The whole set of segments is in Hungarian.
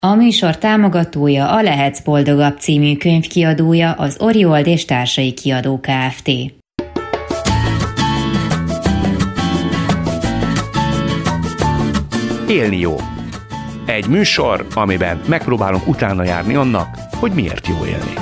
A műsor támogatója a Lehetsz boldogabb című könyvkiadója, az Oriold és Társai Kiadó Kft. Élni jó. Egy műsor, amiben megpróbálunk utána járni annak, hogy miért jó élni.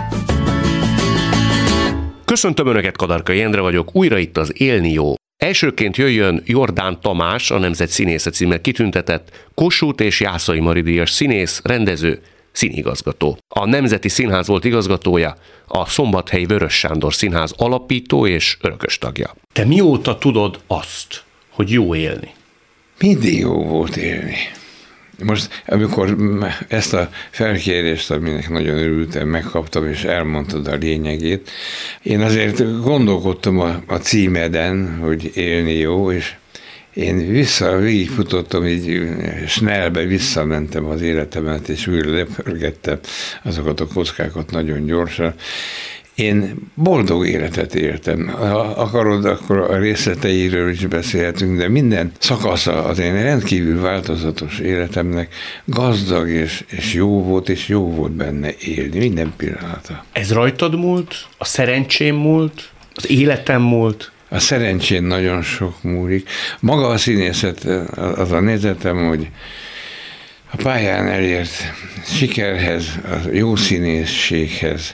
Köszöntöm Önöket, Kadarkai Endre vagyok, újra itt az Élni jó. Elsőként jöjjön Jordán Tamás, a Nemzet Színésze címmel kitüntetett Kossuth és Jászai Mari díjas színész, rendező, színigazgató. A Nemzeti Színház volt igazgatója, a Szombathelyi Vörös Sándor Színház alapító és örökös tagja. Te mióta tudod azt, hogy jó élni? Mindig jó volt élni. Most, amikor ezt a felkérést, aminek nagyon örültem, megkaptam, és elmondtad a lényegét, én azért gondolkodtam a címeden, hogy élni jó, és én végigfutottam, így snellbe visszamentem az életemet, és újra lepörgettem azokat a kockákat nagyon gyorsan. Én boldog életet éltem. Ha akarod, akkor a részleteiről is beszélhetünk, de minden szakasza az én rendkívül változatos életemnek gazdag és jó volt, és jó volt benne élni, minden pillanata. Ez rajtad múlt? A szerencsém múlt? Az életem múlt? A szerencsén nagyon sok múlik. Maga a színészet, az a nézetem, hogy a pályán elért sikerhez, a jó színészséghez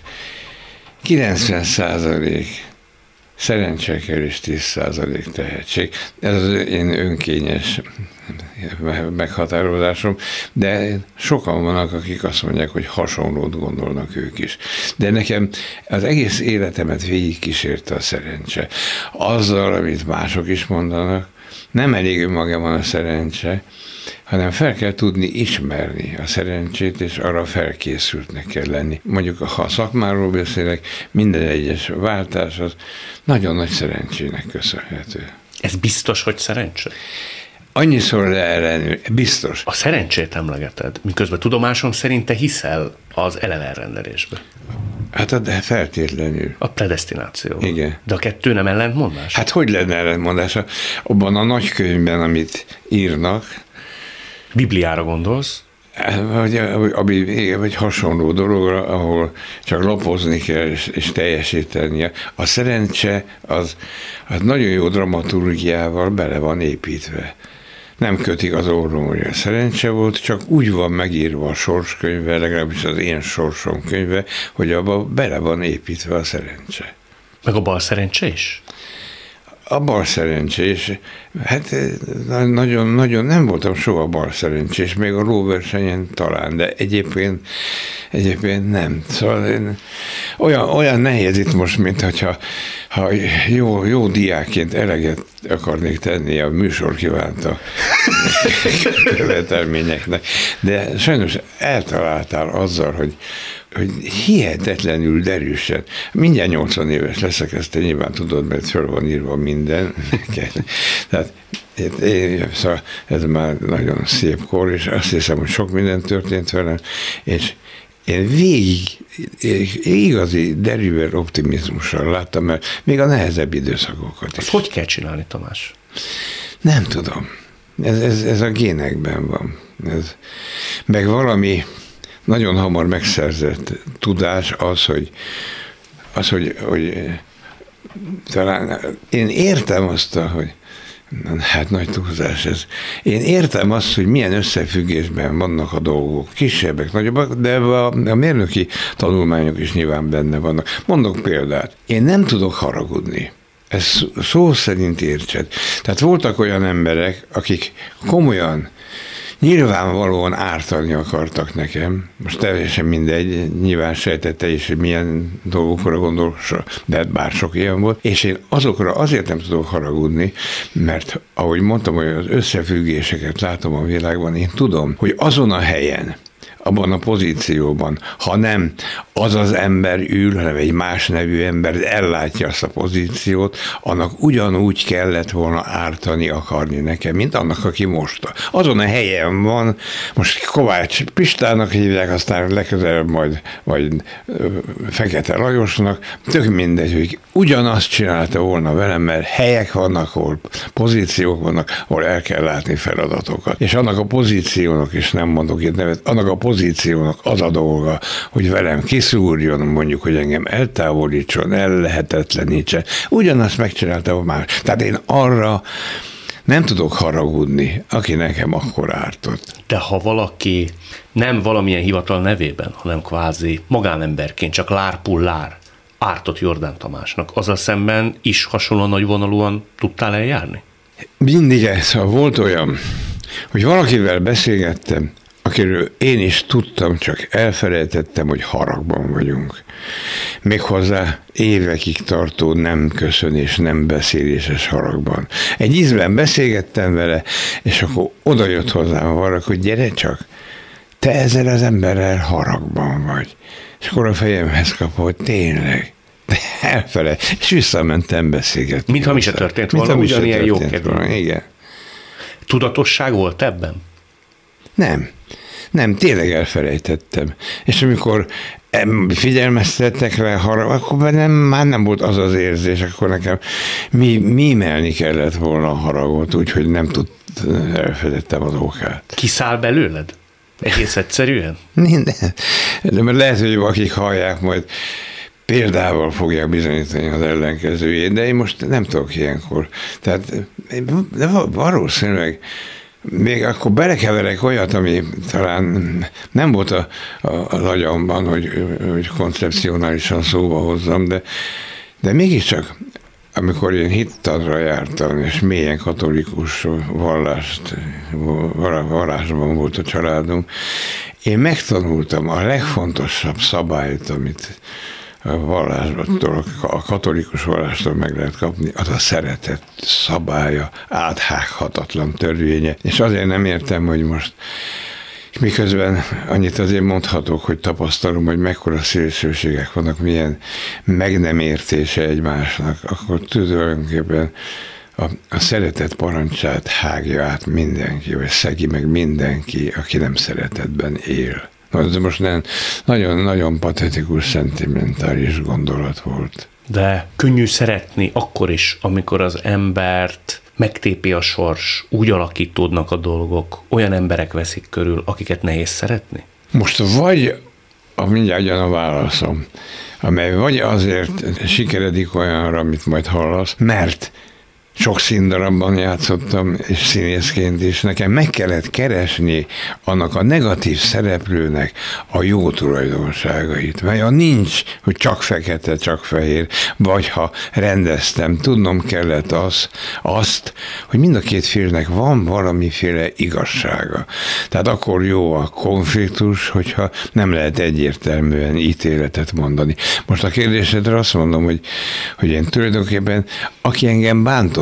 90% szerencse kell és 10% tehetség. Ez az én önkényes meghatározásom, de sokan vannak, akik azt mondják, hogy hasonlót gondolnak ők is. De nekem az egész életemet végigkísérte a szerencse. Azzal, amit mások is mondanak, nem elég önmagában a szerencse, hanem fel kell tudni ismerni a szerencsét, és arra felkészültnek kell lenni. Mondjuk, ha a szakmáról beszélek, minden egyes váltás az nagyon nagy szerencsének köszönhető. Ez biztos, hogy szerencse? Annyiszor leellenül, biztos. A szerencsét emlegeted, miközben tudomásom szerint te hiszel az ellenrendelésbe. Hát de feltétlenül. A predesztináció. Igen. De a kettő nem ellentmondás? Hát hogy lenne ellentmondása? Abban a nagykönyvben, amit írnak. Bibliára gondolsz? Vagy hasonló dologra, ahol csak lapozni kell és teljesítenie. A szerencse az nagyon jó dramaturgiával bele van építve. Nem kötik az orrom, hogy a szerencse volt, csak úgy van megírva a sorskönyve, legalábbis az én sorsom könyve, hogy abba bele van építve a szerencse. Meg a bal szerencse is? A bal szerencsés, hát nagyon nem voltam soha bal szerencsés, még a lóversenyen talán, de egyébként nem. Szóval olyan nehéz itt most, mint hogyha jó diákként eleget akarnék tenni a műsor kívánta követelményeknek, de sajnos eltaláltál azzal, hogy hihetetlenül derűsen. Mindjárt 80 éves leszek, ezt te nyilván tudod, mert föl van írva minden. Tehát szóval ez már nagyon szép kor, és azt hiszem, hogy sok minden történt velem, és én végig igazi derűvel, optimizmussal láttam, mert még a nehezebb időszakokat is. Azt hogy kell csinálni, Tamás? Nem tudom. Ez a génekben van. Meg valami nagyon hamar megszerzett tudás az, hogy talán én értem azt, hogy hát nagy túlzás ez. Én értem azt, hogy milyen összefüggésben vannak a dolgok, kisebbek, nagyobbak, de a mérnöki tanulmányok is nyilván benne vannak. Mondok példát. Én nem tudok haragudni. Ez szó szerint értsed. Tehát voltak olyan emberek, akik komolyan, nyilvánvalóan ártani akartak nekem. Most teljesen mindegy, nyilván sejtette is, hogy milyen dolgokra gondolok, de bár sok ilyen volt. És én azokra azért nem tudok haragudni, mert ahogy mondtam, hogy az összefüggéseket látom a világban, én tudom, hogy azon a helyen, abban a pozícióban, ha nem az az ember ül, hanem egy más nevű ember ellátja azt a pozíciót, annak ugyanúgy kellett volna ártani akarni nekem, mint annak, aki most. Azon a helyen van, most Kovács Pistának hívják, aztán legközelebb majd Fekete Lajosnak, tök mindegy, hogy ugyanazt csinálta volna velem, mert helyek vannak, ahol pozíciók vannak, ahol el kell látni feladatokat. És annak a pozíciónak is nem mondok itt nevet, annak a pozíciónak az a dolga, hogy velem kiszúrjon, mondjuk, hogy engem eltávolítson, ellehetetlenítsen. Ugyanazt megcsinálta a más. Tehát én arra nem tudok haragudni, aki nekem akkor ártott. De ha valaki nem valamilyen hivatal nevében, hanem kvázi magánemberként, csak lárpullár ártott Jordán Tamásnak, azzal szemben is hasonlóan nagyvonalúan tudtál eljárni? Mindig ez, ha volt olyan, hogy valakivel beszélgettem, akiről én is tudtam, csak elfelejtettem, hogy haragban vagyunk. Méghozzá évekig tartó nem köszönés, nem beszéléses haragban. Egy ízben beszélgettem vele, és akkor oda jött hozzám a harag, hogy gyere csak, te ezzel az emberrel haragban vagy. És akkor a fejemhez kapva, hogy tényleg, de elfele, és visszamentem beszélgetni. Mintha mi se történt volna, ugyanilyen jókedvű. Igen. Tudatosság volt ebben? Nem, tényleg elfelejtettem. És amikor figyelmeztettek rá harag, akkor már nem volt az az érzés, akkor nekem mímelni kellett volna a haragot, úgyhogy nem elfelejtettem az okát. Kiszáll belőled? Egész egyszerűen? Minden. De mert lehet, hogy akik hallják, majd példával fogják bizonyítani az ellenkezőjét, de én most nem tudok ilyenkor. Tehát de valószínűleg még akkor belekeverek olyat, ami talán nem volt az agyamban, hogy koncepcionálisan szóba hozzam, de mégiscsak, amikor én hittanra jártam, és mélyen katolikus vallásban volt a családunk, én megtanultam a legfontosabb szabályt, amit a katolikus vallástól meg lehet kapni, az a szeretet szabálya, áthághatatlan törvénye. És azért nem értem, hogy most miközben annyit azért mondhatok, hogy tapasztalom, hogy mekkora szélsőségek vannak, milyen meg nem értése egymásnak, akkor tulajdonképpen a szeretet parancsát hágja át mindenki, vagy szegi meg mindenki, aki nem szeretetben él. Ez most nagyon patetikus, szentimentális gondolat volt. De könnyű szeretni akkor is, amikor az embert megtépi a sors, úgy alakítódnak a dolgok, olyan emberek veszik körül, akiket nehéz szeretni? Most vagy, mindjárt jön a válaszom, amely vagy azért sikeredik olyanra, amit majd hallasz, mert sok színdarabban játszottam, és színészként is. Nekem meg kellett keresni annak a negatív szereplőnek a jó tulajdonságait. Mert ha nincs, hogy csak fekete, csak fehér, vagy ha rendeztem, tudnom kellett azt, hogy mind a két félnek van valamiféle igazsága. Tehát akkor jó a konfliktus, hogyha nem lehet egyértelműen ítéletet mondani. Most a kérdésedre azt mondom, hogy én tulajdonképpen, aki engem bántott,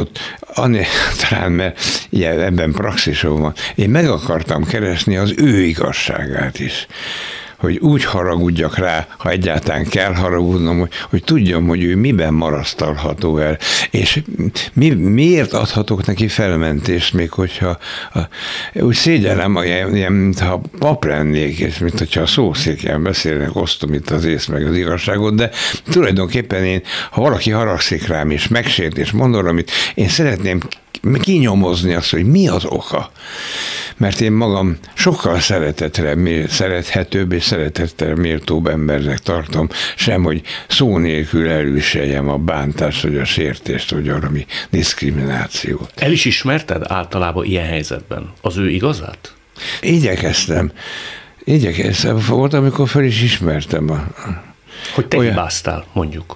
talán, mert ilyen, ebben praxisom van, én meg akartam keresni az ő igazságát is. Hogy úgy haragudjak rá, ha egyáltalán kell haragudnom, hogy tudjam, hogy ő miben marasztalható el, és miért adhatok neki felmentést, még hogyha úgy szégyellem, mintha pap lennék, és mint hogyha a szószéken beszélnek, osztom itt az ész meg az igazságot, de tulajdonképpen ha valaki haragszik rám, és megsért, és mond valamit, én szeretném kinyomozni azt, hogy mi az oka. Mert én magam sokkal szerethetőbb és szeretettel méltóbb embernek tartom, sem, hogy szó nélkül elviseljem a bántást, vagy a sértést, vagy valami diszkriminációt. El is ismerted általában ilyen helyzetben az ő igazát? Igyekeztem. Volt, amikor fel is ismertem. Hogy te hibáztál, mondjuk.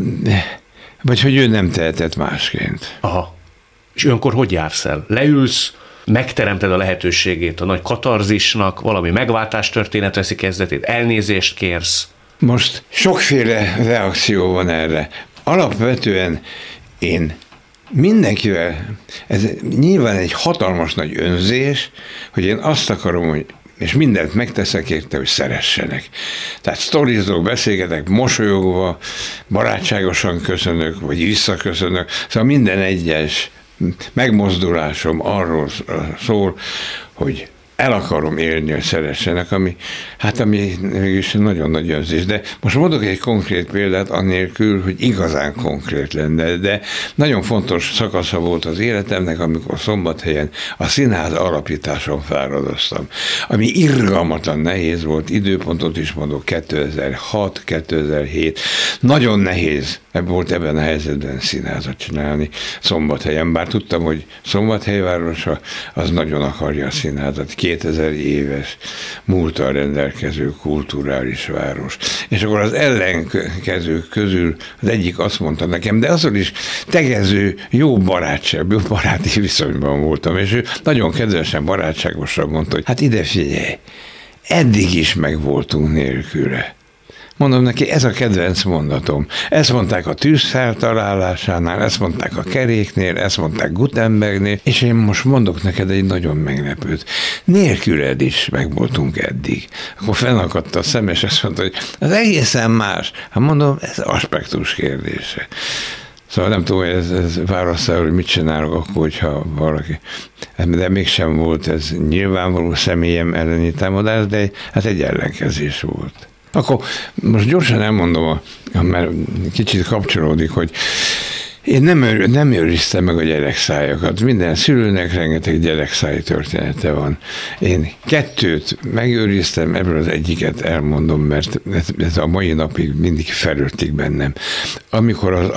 Vagy hogy ő nem tehetett másként. Aha. És olyankor hogy jársz el? Leülsz, megteremted a lehetőségét a nagy katarzisnak, valami megváltás történet veszi kezdetét, elnézést kérsz? Most sokféle reakció van erre. Alapvetően én mindenkivel, ez nyilván egy hatalmas nagy önzés, hogy én azt akarom, hogy és mindent megteszek érte, hogy szeressenek. Tehát sztorizok, beszélgetek, mosolyogva, barátságosan köszönök, vagy visszaköszönök, szóval minden egyes megmozdulásom arról szól, hogy el akarom élni, hogy szeressenek, ami mégis nagyon nagy önzés. De most mondok egy konkrét példát, annélkül, hogy igazán konkrét lenne, de nagyon fontos szakasza volt az életemnek, amikor Szombathelyen a színház alapításon fáradoztam, ami irgalmatlan nehéz volt, időpontot is mondok, 2006, 2007, nagyon nehéz volt ebben a helyzetben színházat csinálni Szombathelyen, bár tudtam, hogy Szombathely városa az nagyon akarja a színházat, 2000 éves múlttal rendelkező kulturális város. És akkor az ellenkezők közül az egyik azt mondta nekem, de azon is tegező, jó baráti viszonyban voltam, és ő nagyon kedvesen, barátságosan mondta, hogy hát ide figyelj, eddig is megvoltunk nélküle. Mondom neki, ez a kedvenc mondatom. Ezt mondták a tűz feltalálásánál, ezt mondták a keréknél, ezt mondták Gutenbergnél, és én most mondok neked egy nagyon meglepőt. Nélküled is megvoltunk eddig. Akkor fennakadt a szem, és azt mondta, hogy az egészen más. Hát mondom, ez aspektus kérdése. Szóval nem tudom, hogy ez válaszol, hogy mit csinálok akkor, hogyha valaki... De mégsem volt ez nyilvánvaló személyem elleni támadás, de hát egy ellenkezés volt. Akkor most gyorsan elmondom, mert kicsit kapcsolódik, hogy én nem őriztem meg a gyerekszájakat. Minden szülőnek rengeteg gyerekszáj története van. Én 2 megőriztem, ebből az egyiket elmondom, mert ez a mai napig mindig felöltik bennem. Amikor az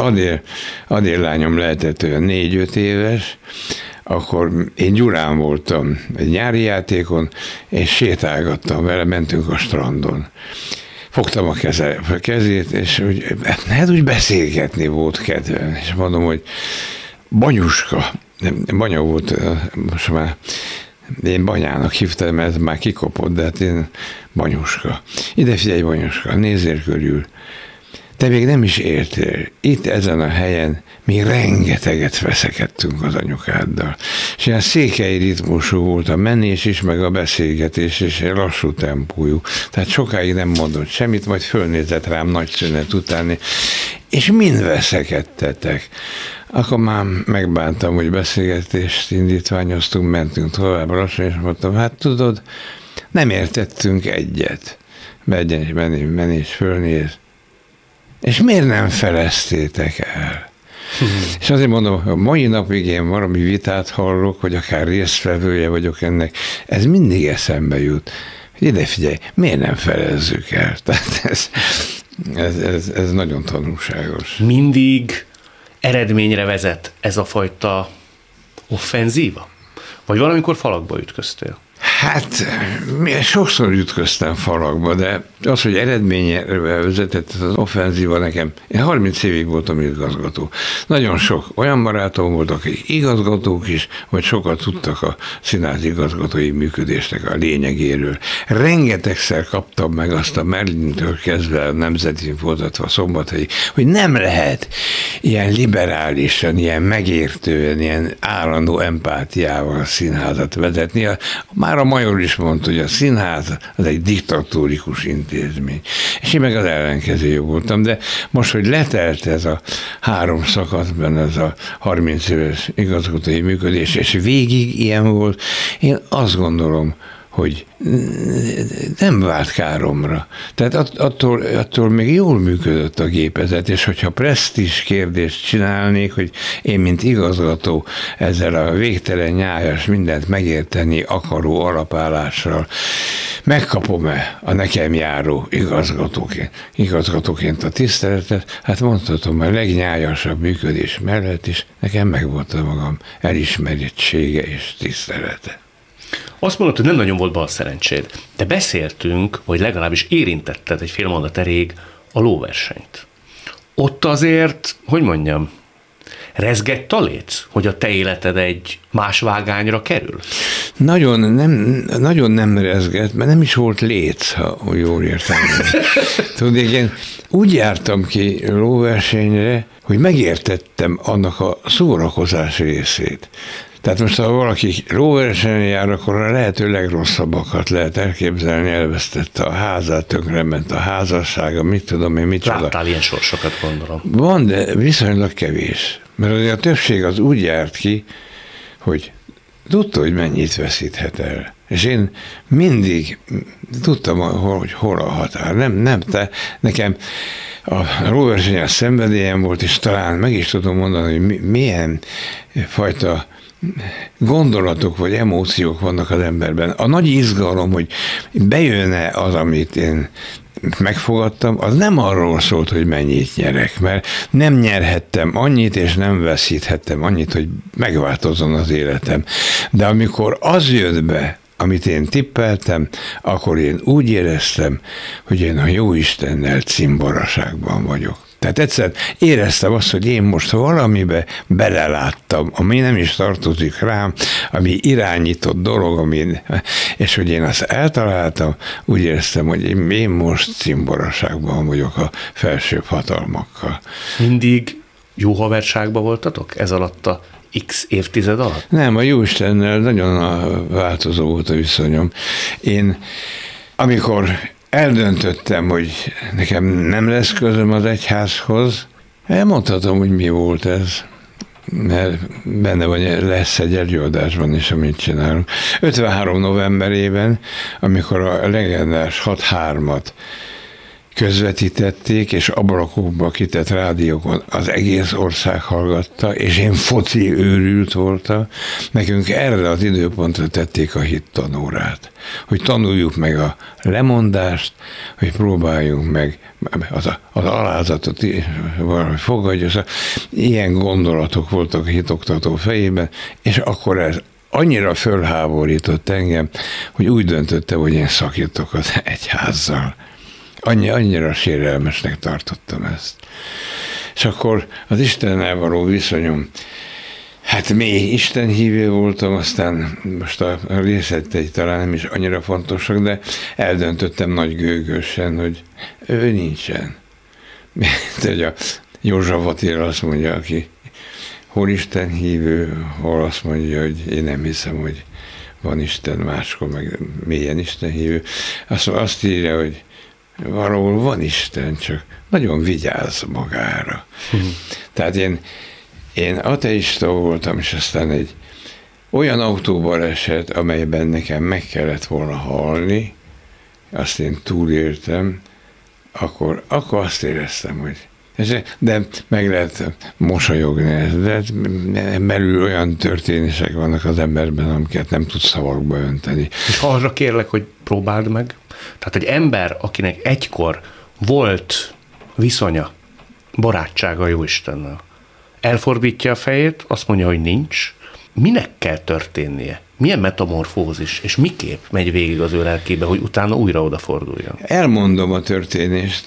Adél lányom lehetett olyan 4-5 éves, akkor én Gyurán voltam egy nyári játékon, és sétálgattam vele, mentünk a strandon. Fogtam a kezét, és úgy beszélgetni volt kedvem. És mondom, hogy Banyuska, Banya volt, most már én Banyának hívtam, mert ez már kikopott, de hát én Banyuska. Ide figyelj, Banyuska, nézzél körül. Te még nem is értél. Itt ezen a helyen mi rengeteget veszekedtünk az anyukáddal. És ilyen székely ritmusú volt a menés is, meg a beszélgetés, és egy lassú tempójú. Tehát sokáig nem mondott semmit, majd fölnézett rám nagy szünet után, és mind veszekedtetek. Akkor már megbántam, hogy beszélgetést indítványoztunk, mentünk tovább lassan, és mondtam, hát tudod, nem értettünk egyet. Menés, fölnéz. És miért nem feleztétek el? És azért mondom, a mai napig én valami vitát hallok, hogy akár résztvevője vagyok ennek, ez mindig eszembe jut. Ide figyelj, miért nem felezzük el? Tehát ez nagyon tanulságos. Mindig eredményre vezet ez a fajta offenzíva? Vagy valamikor falakba ütköztél? Hát, sokszor ütköztem falakba, de az, hogy eredményre vezetett az offenzíva nekem, én 30 évig voltam igazgató. Nagyon sok olyan barátom volt, akik igazgatók is, vagy sokat tudtak a színház igazgatói működésnek a lényegéről. Rengetegszer kaptam meg azt a Merlintől kezdve a Nemzeti folytatva Szombathelyi, hogy nem lehet ilyen liberálisan, ilyen megértően, ilyen állandó empátiával a színházat vezetni. Már a Major is mondta, hogy a színház az egy diktatórikus intézmény. És én meg az ellenkező voltam, de most, hogy letelt ez a 3 szakaszban, ez a 30 éves igazgatói működés, és végig ilyen volt, én azt gondolom, hogy nem vált káromra. Tehát attól még jól működött a gépezet, és hogyha presztízs kérdést csinálnék, hogy én, mint igazgató, ezzel a végtelen nyájas mindent megérteni akaró alapállással megkapom-e a nekem járó igazgatóként a tiszteletet, hát mondhatom, a legnyájasabb működés mellett is nekem megvolt a magam elismerettsége és tisztelete. Azt mondod, hogy nem nagyon volt bal szerencséd, de beszéltünk, vagy legalábbis érintetted egy fél mondat erég a lóversenyt. Ott azért, hogy mondjam, rezgett a léc, hogy a te életed egy más vágányra kerül? Nagyon nem rezgett, mert nem is volt léc, ha jól értem. Tudod, én úgy jártam ki lóversenyre, hogy megértettem annak a szórakozás részét. Tehát most, ha valaki lóversenyen jár, akkor a lehető legrosszabbakat lehet elképzelni, elvesztette a házát, tönkrement a házassága, mit tudom én, micsoda. Láttál ilyen sorsokat, gondolom. Van, de viszonylag kevés. Mert azért a többség az úgy járt ki, hogy tudta, hogy mennyit veszíthet el. És én mindig tudtam, hogy hol a határ. Nekem a lóversenyes szenvedélyem volt, és talán meg is tudom mondani, hogy milyen fajta gondolatok vagy emóciók vannak az emberben. A nagy izgalom, hogy bejönne az, amit én megfogadtam, az nem arról szólt, hogy mennyit nyerek, mert nem nyerhettem annyit, és nem veszíthettem annyit, hogy megváltozzon az életem. De amikor az jött be, amit én tippeltem, akkor én úgy éreztem, hogy én a Jóistennel cimbaraságban vagyok. Tehát egyszer éreztem azt, hogy én most valamibe beleláttam, ami nem is tartozik rám, ami irányított dolog, és hogy én azt eltaláltam, úgy éreztem, hogy én most cimbaraságban vagyok a felsőbb hatalmakkal. Mindig jó haverságban voltatok ez alatt a X évtized alatt? Nem, a Jóistennel nagyon változó volt a viszonyom. Én, amikor eldöntöttem, hogy nekem nem lesz közöm az egyházhoz, elmondhatom, hogy mi volt ez, mert benne van, lesz egy előadásban is, amit csinálunk. 53 novemberében, amikor a legendás 6-3-at közvetítették, és ablakokba kitett rádiókon az egész ország hallgatta, és én foci őrült voltam. Nekünk erre az időpontra tették a hittanórát, hogy tanuljuk meg a lemondást, hogy próbáljunk meg az alázatot valahogy fogadja. Szóval ilyen gondolatok voltak a hitoktató fejében, és akkor ez annyira fölháborított engem, hogy úgy döntöttem, hogy én szakítok az egyházzal. Annyira sérelmesnek tartottam ezt. És akkor az Istennel való viszonyom, hát mély istenhívő voltam, aztán most a részletei talán nem is annyira fontosak, de eldöntöttem nagy gőgösen, hogy ő nincsen. Hogy a József Attila azt mondja, aki hol istenhívő, hol azt mondja, hogy én nem hiszem, hogy van Isten, máskor meg mélyen istenhívő. Azt írja, hogy valahol van Isten, csak nagyon vigyáz magára. Tehát én ateista voltam, és aztán egy olyan autóbaleset, amelyben nekem meg kellett volna halni, azt én túléltem, akkor azt éreztem, hogy de meg lehet mosolyogni, de belül olyan történések vannak az emberben, amiket nem tud szavakba önteni. És arra kérlek, hogy próbáld meg. Tehát egy ember, akinek egykor volt viszonya, barátsága Jóistennel, elfordítja a fejét, azt mondja, hogy nincs. Minek kell történnie? Milyen metamorfózis, és miképp megy végig az ő lelkébe, hogy utána újra odaforduljon? Elmondom a történést.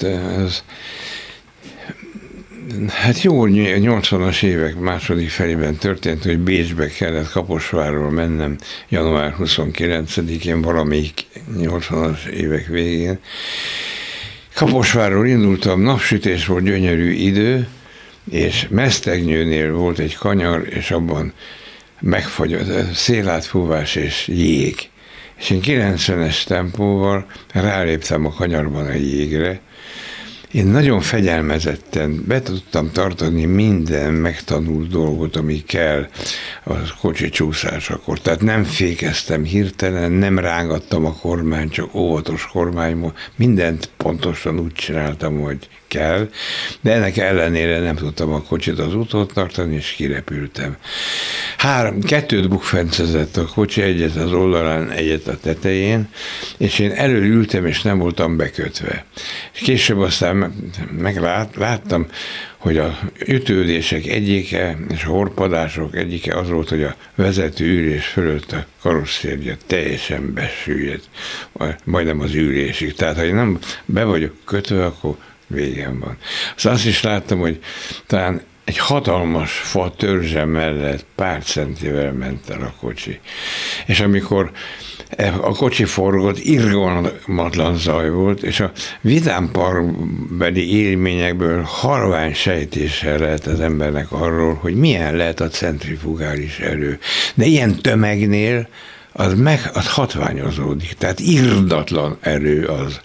Hát jó, 80-as évek második felében történt, hogy Bécsbe kellett Kaposvárról mennem január 29-én, valamelyik 80-as évek végén. Kaposvárról indultam, napsütés volt, gyönyörű idő, és Mesztegnyőnél volt egy kanyar, és abban megfagyott szélátfúvás és jég. És én 90-es tempóval ráléptem a kanyarban egy jégre. Én nagyon fegyelmezetten be tudtam tartani minden megtanult dolgot, ami kell a kocsi csúszásakor. Tehát nem fékeztem hirtelen, nem rángattam a kormányt, csak óvatos kormányból. Mindent pontosan úgy csináltam, hogy kell, de ennek ellenére nem tudtam a kocsit az úton tartani, és kirepültem. 2 bukfencezett a kocsi, egyet az oldalán, egyet a tetején, és én elől ültem, és nem voltam bekötve. És később aztán láttam, hogy a ütődések egyike, és a horpadások egyike az volt, hogy a vezető ülés fölött a karosszérje teljesen besüllyedt, majdnem az ülésig. Tehát, ha én nem be vagyok kötve, akkor végem van. Azt is láttam, hogy talán egy hatalmas fa törzse mellett pár centivel ment el a kocsi. És amikor a kocsi forgott, irgalmatlan zaj volt, és a vidámparkbeli élményekből halvány sejtéssel lehet az embernek arról, hogy milyen lehet a centrifugális erő. De ilyen tömegnél az hatványozódik, tehát irdatlan erő az,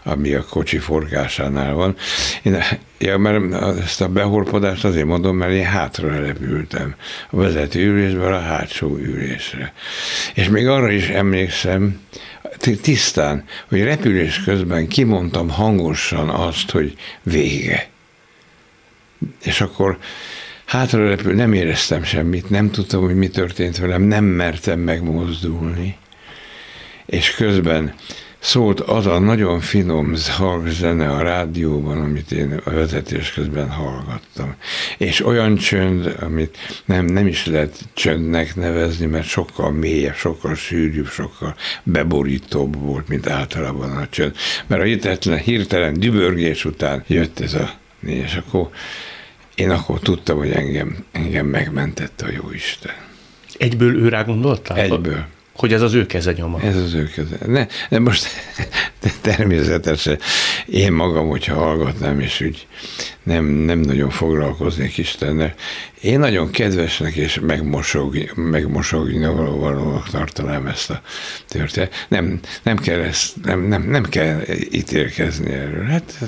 ami a kocsi forgásánál van. Mert ezt a behorpadást azért mondom, mert én hátra repültem a vezető ülésből a hátsó ülésre. És még arra is emlékszem, tisztán, hogy repülés közben kimondtam hangosan azt, hogy vége. És akkor hátra repül, nem éreztem semmit, nem tudtam, hogy mi történt velem, nem mertem megmozdulni. És közben szólt az a nagyon finom halkzene a rádióban, amit én a vezetés közben hallgattam. És olyan csönd, amit nem is lehet csöndnek nevezni, mert sokkal mélyebb, sokkal sűrűbb, sokkal beborítóbb volt, mint általában a csönd. Mert a hirtelen dübörgés után jött ez a és akkor én akkor tudtam, hogy engem megmentett a Jóisten. Egyből őrá gondoltál? Egyből. Hogy ez az ő kezenyoma? Ez az ő keze. De most természetesen én magam, hogyha hallgatnám, és úgy nem nagyon foglalkoznék Istennel, én nagyon kedvesnek és megmosogni valónak tartanám ezt a történetet. Nem kell ítélkezni erről. Hát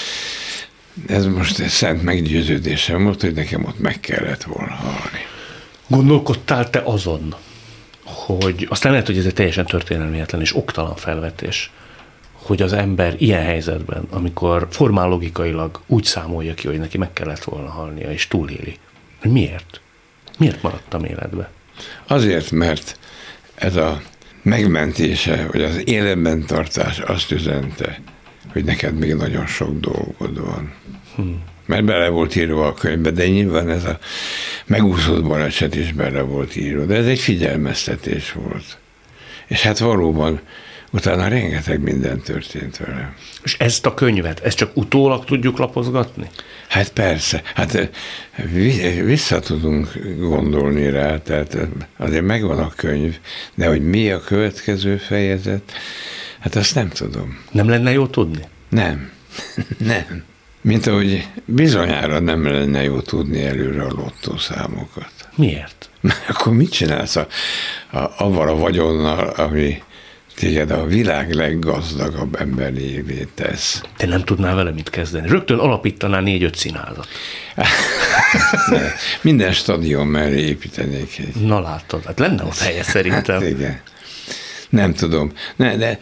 ez most egy szent meggyőződésem volt, hogy nekem ott meg kellett volna halni. Gondolkodtál te azon, hogy aztán lehet, hogy ez egy teljesen történelmietlen és oktalan felvetés, hogy az ember ilyen helyzetben, amikor formál logikailag úgy számolja ki, hogy neki meg kellett volna halnia, és túléli. Hogy miért? Miért maradtam életbe? Azért, mert ez a megmentése, vagy az életben tartás azt üzente, hogy neked még nagyon sok dolgod van. Mert bele volt írva a könyvbe, de nyilván ez a megúszott baleset is bele volt írva, de ez egy figyelmeztetés volt. És hát valóban utána rengeteg minden történt vele. És ezt a könyvet, ezt csak utólag tudjuk lapozgatni? Hát persze, hát vissza tudunk gondolni rá, tehát azért megvan a könyv, de hogy mi a következő fejezet, hát azt nem tudom. Nem lenne jó tudni? Nem. Mint ahogy bizonyára nem lenne jó tudni előre a lottószámokat. Miért? Mert akkor mit csinálsz avval a vagyonnal, ami téged a világ leggazdagabb emberi tesz? Te nem tudnál vele mit kezdeni. Rögtön alapítanál 4-5 színházat. Minden stadion mellé építenék egy. Na látod, hát lenne ott helye szerintem. Hát igen. Nem tudom. De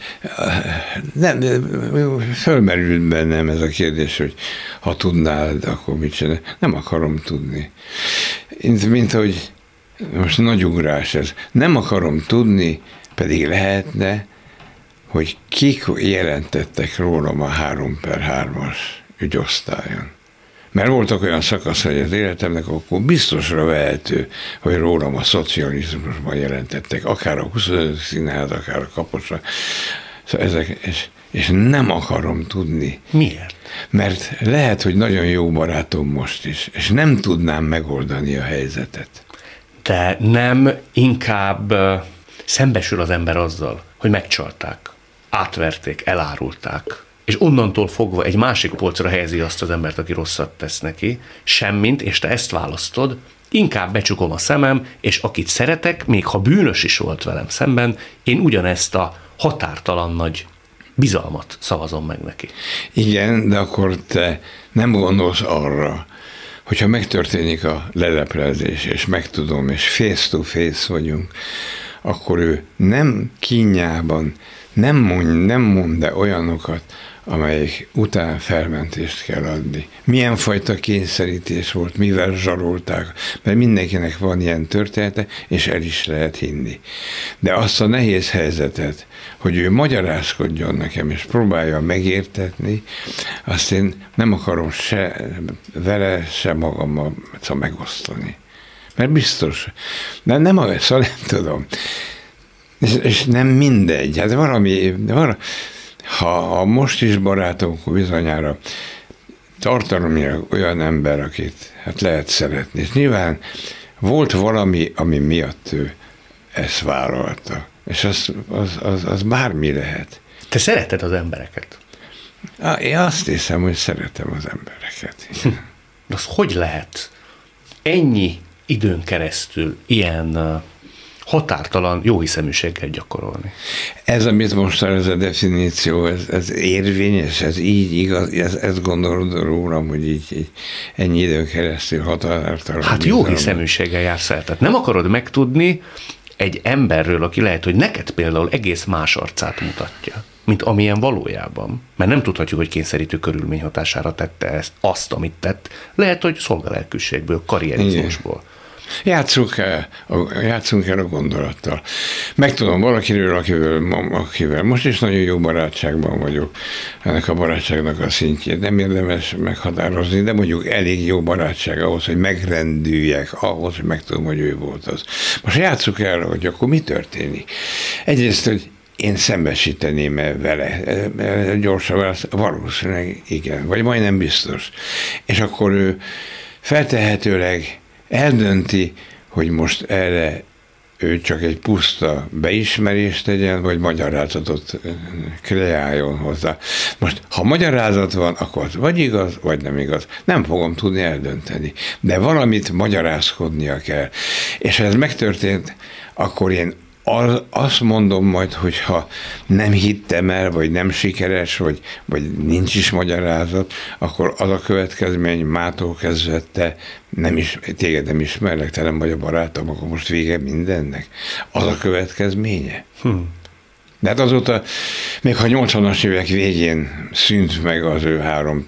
fölmerült bennem ez a kérdés, hogy ha tudnád, akkor mit csinálni. Nem akarom tudni. Mint hogy most nagy ugrás ez. Nem akarom tudni, pedig lehetne, hogy kik jelentettek rólam a 3x3-as ügyosztályon. Mert voltak olyan szakaszai az életemnek, akkor biztosra vehető, hogy rólam a szocializmusban jelentettek, akár a 25. színház, akár a Kaposra. Szóval ezek, és nem akarom tudni. Miért? Mert lehet, hogy nagyon jó barátom most is, és nem tudnám megoldani a helyzetet. De nem inkább szembesül az ember azzal, hogy megcsalták, átverték, elárulták, és onnantól fogva egy másik polcra helyezi azt az embert, aki rosszat tesz neki, semmint, és te ezt választod, inkább becsukom a szemem, és akit szeretek, még ha bűnös is volt velem szemben, én ugyanezt a határtalan nagy bizalmat szavazom meg neki. Igen, de akkor te nem gondolsz arra, hogyha megtörténik a leleplezés, és megtudom, és face to face vagyunk, akkor ő nem kínjában nem mond de olyanokat, amelyik után felmentést kell adni. Milyen fajta kényszerítés volt, mivel zsarolták, mert mindenkinek van ilyen története, és el is lehet hinni. De azt a nehéz helyzetet, hogy ő magyarázkodjon nekem, és próbálja megértetni, azt én nem akarom se vele, se magammal megosztani. Mert biztos. De nem szóval nem tudom. És nem mindegy. Hát valami ha most is barátom, akkor bizonyára tartalmilag olyan ember, akit hát lehet szeretni. És nyilván volt valami, ami miatt ő ezt vállalta. És az bármi lehet. Te szereted az embereket? Én azt hiszem, hogy szeretem az embereket. Az hogy lehet ennyi időn keresztül ilyen határtalan jóhiszeműséggel gyakorolni. Ez, amit most ez a definíció, ez érvényes, ez így igaz, ezt gondolod rólam, hogy így ennyi időn keresztül határtalan. Hát jóhiszeműséggel jársz el. Tehát nem akarod megtudni egy emberről, aki lehet, hogy neked például egész más arcát mutatja, mint amilyen valójában. Mert nem tudhatjuk, hogy kényszerítő körülmény hatására tette azt, amit tett. Lehet, hogy szolgalelkűségből, karrierizmusból. Játszunk el a gondolattal. Megtudom valakiről, akivel most is nagyon jó barátságban vagyok. Ennek a barátságnak a szintjét nem érdemes meghatározni, de mondjuk elég jó barátság ahhoz, hogy megrendüljek, ahhoz, hogy megtudom, hogy ő volt az. Most játsszuk el, hogy akkor mi történik. Egyrészt, hogy én szembesíteném-e vele? Gyorsan valószínűleg igen, vagy majdnem biztos. És akkor ő feltehetőleg eldönti, hogy most erre ő csak egy puszta beismerést tegyen, vagy magyarázatot kreáljon hozzá. Most, ha magyarázat van, akkor az vagy igaz, vagy nem igaz. Nem fogom tudni eldönteni. De valamit magyarázkodnia kell. És ha ez megtörtént, akkor én azt mondom majd, hogyha nem hittem el, vagy nem sikeres, vagy nincs is magyarázat, akkor az a következmény, mától kezdve téged nem ismerlek, te nem vagy a barátom, akkor most vége mindennek. Az a következménye. De hát azóta, még ha 80-as évek végén szűnt meg az ő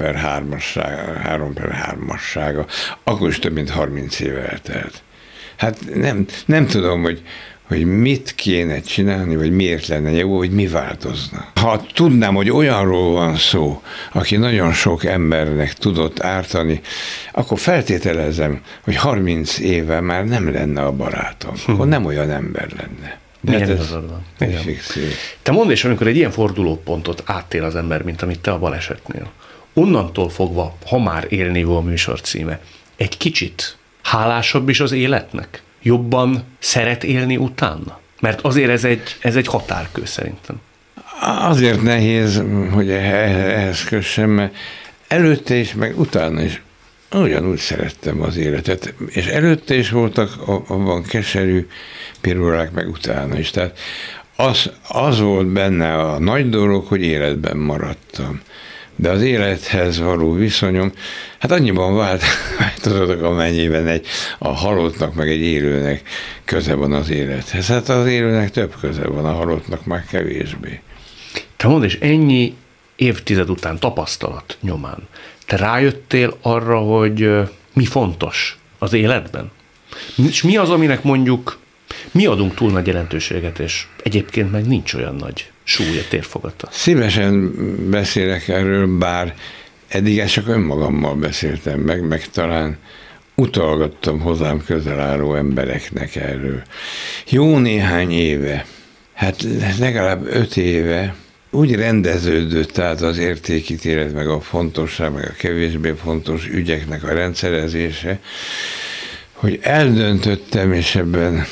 3/3-assága, akkor is több mint 30 éve eltelt. Hát nem tudom, hogy mit kéne csinálni, vagy miért lenne jó, hogy mi változna. Ha tudnám, hogy olyanról van szó, aki nagyon sok embernek tudott ártani, akkor feltételezem, hogy 30 éve már nem lenne a barátom. Akkor nem olyan ember lenne. De milyen igazad van. Te mondd, és amikor egy ilyen fordulópontot áttél az ember, mint amit te a balesetnél, onnantól fogva, ha már élni a műsor címe, egy kicsit hálásabb is az életnek? Jobban szeret élni utána? Mert azért ez egy határkő szerintem. Azért nehéz, hogy ehhez kössem, mert előtte is, meg utána is ugyanúgy szerettem az életet. És előtte is voltak abban keserű pirulák, meg utána is. Tehát az volt benne a nagy dolog, hogy életben maradtam. De az élethez való viszonyom, hát annyiban változottak, amennyiben a halottnak meg egy élőnek köze van az élethez. Hát az élőnek több köze van, a halottnak már kevésbé. Te mondd, és ennyi évtized után, tapasztalat nyomán, te rájöttél arra, hogy mi fontos az életben? És mi az, aminek mondjuk mi adunk túl nagy jelentőséget, és egyébként meg nincs olyan nagy súlya, térfogata? Szívesen beszélek erről, bár eddig ezt csak önmagammal beszéltem meg talán utalgattam hozzám közel álló embereknek erről. Jó néhány éve, hát legalább 5 éve úgy rendeződött át az értékítélet, meg a fontosság, meg a kevésbé fontos ügyeknek a rendszerezése, hogy eldöntöttem, és ebben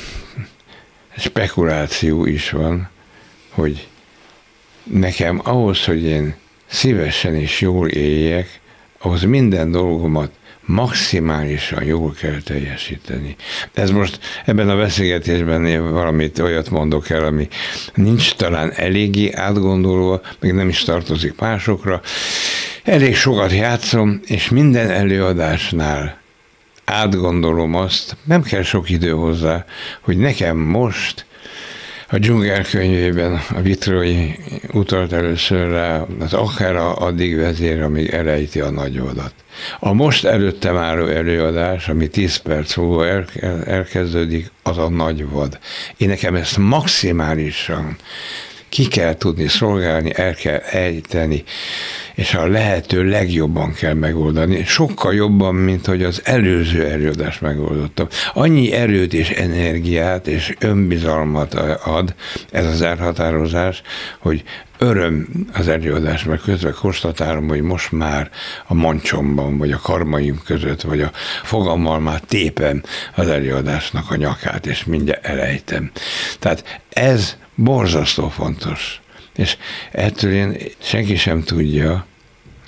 spekuláció is van, hogy nekem ahhoz, hogy én szívesen és jól éljek, ahhoz minden dolgomat maximálisan jól kell teljesíteni. Ez most ebben a beszélgetésben valamit olyat mondok el, ami nincs talán eléggé átgondolva, meg nem is tartozik másokra. Elég sokat játszom, és minden előadásnál átgondolom azt, nem kell sok idő hozzá, hogy nekem most a Dzsungel könyvében a Vitrói utalt először rá, az akár addig vezér, amíg elejti a nagyodat. A most előttem álló előadás, ami 10 perc múlva elkezdődik, az a nagyvad. Én nekem ezt maximálisan ki kell tudni szolgálni, el kell ejteni, és a lehető legjobban kell megoldani. Sokkal jobban, mint hogy az előző előadást megoldottam. Annyi erőt és energiát és önbizalmat ad ez az elhatározás, hogy öröm az előadás, mert közben konstatálom, hogy most már a mancsomban, vagy a karmaim között, vagy a fogammal már tépem az előadásnak a nyakát, és mindjárt elejtem. Tehát ez borzasztó fontos. És ettől én senki sem tudja,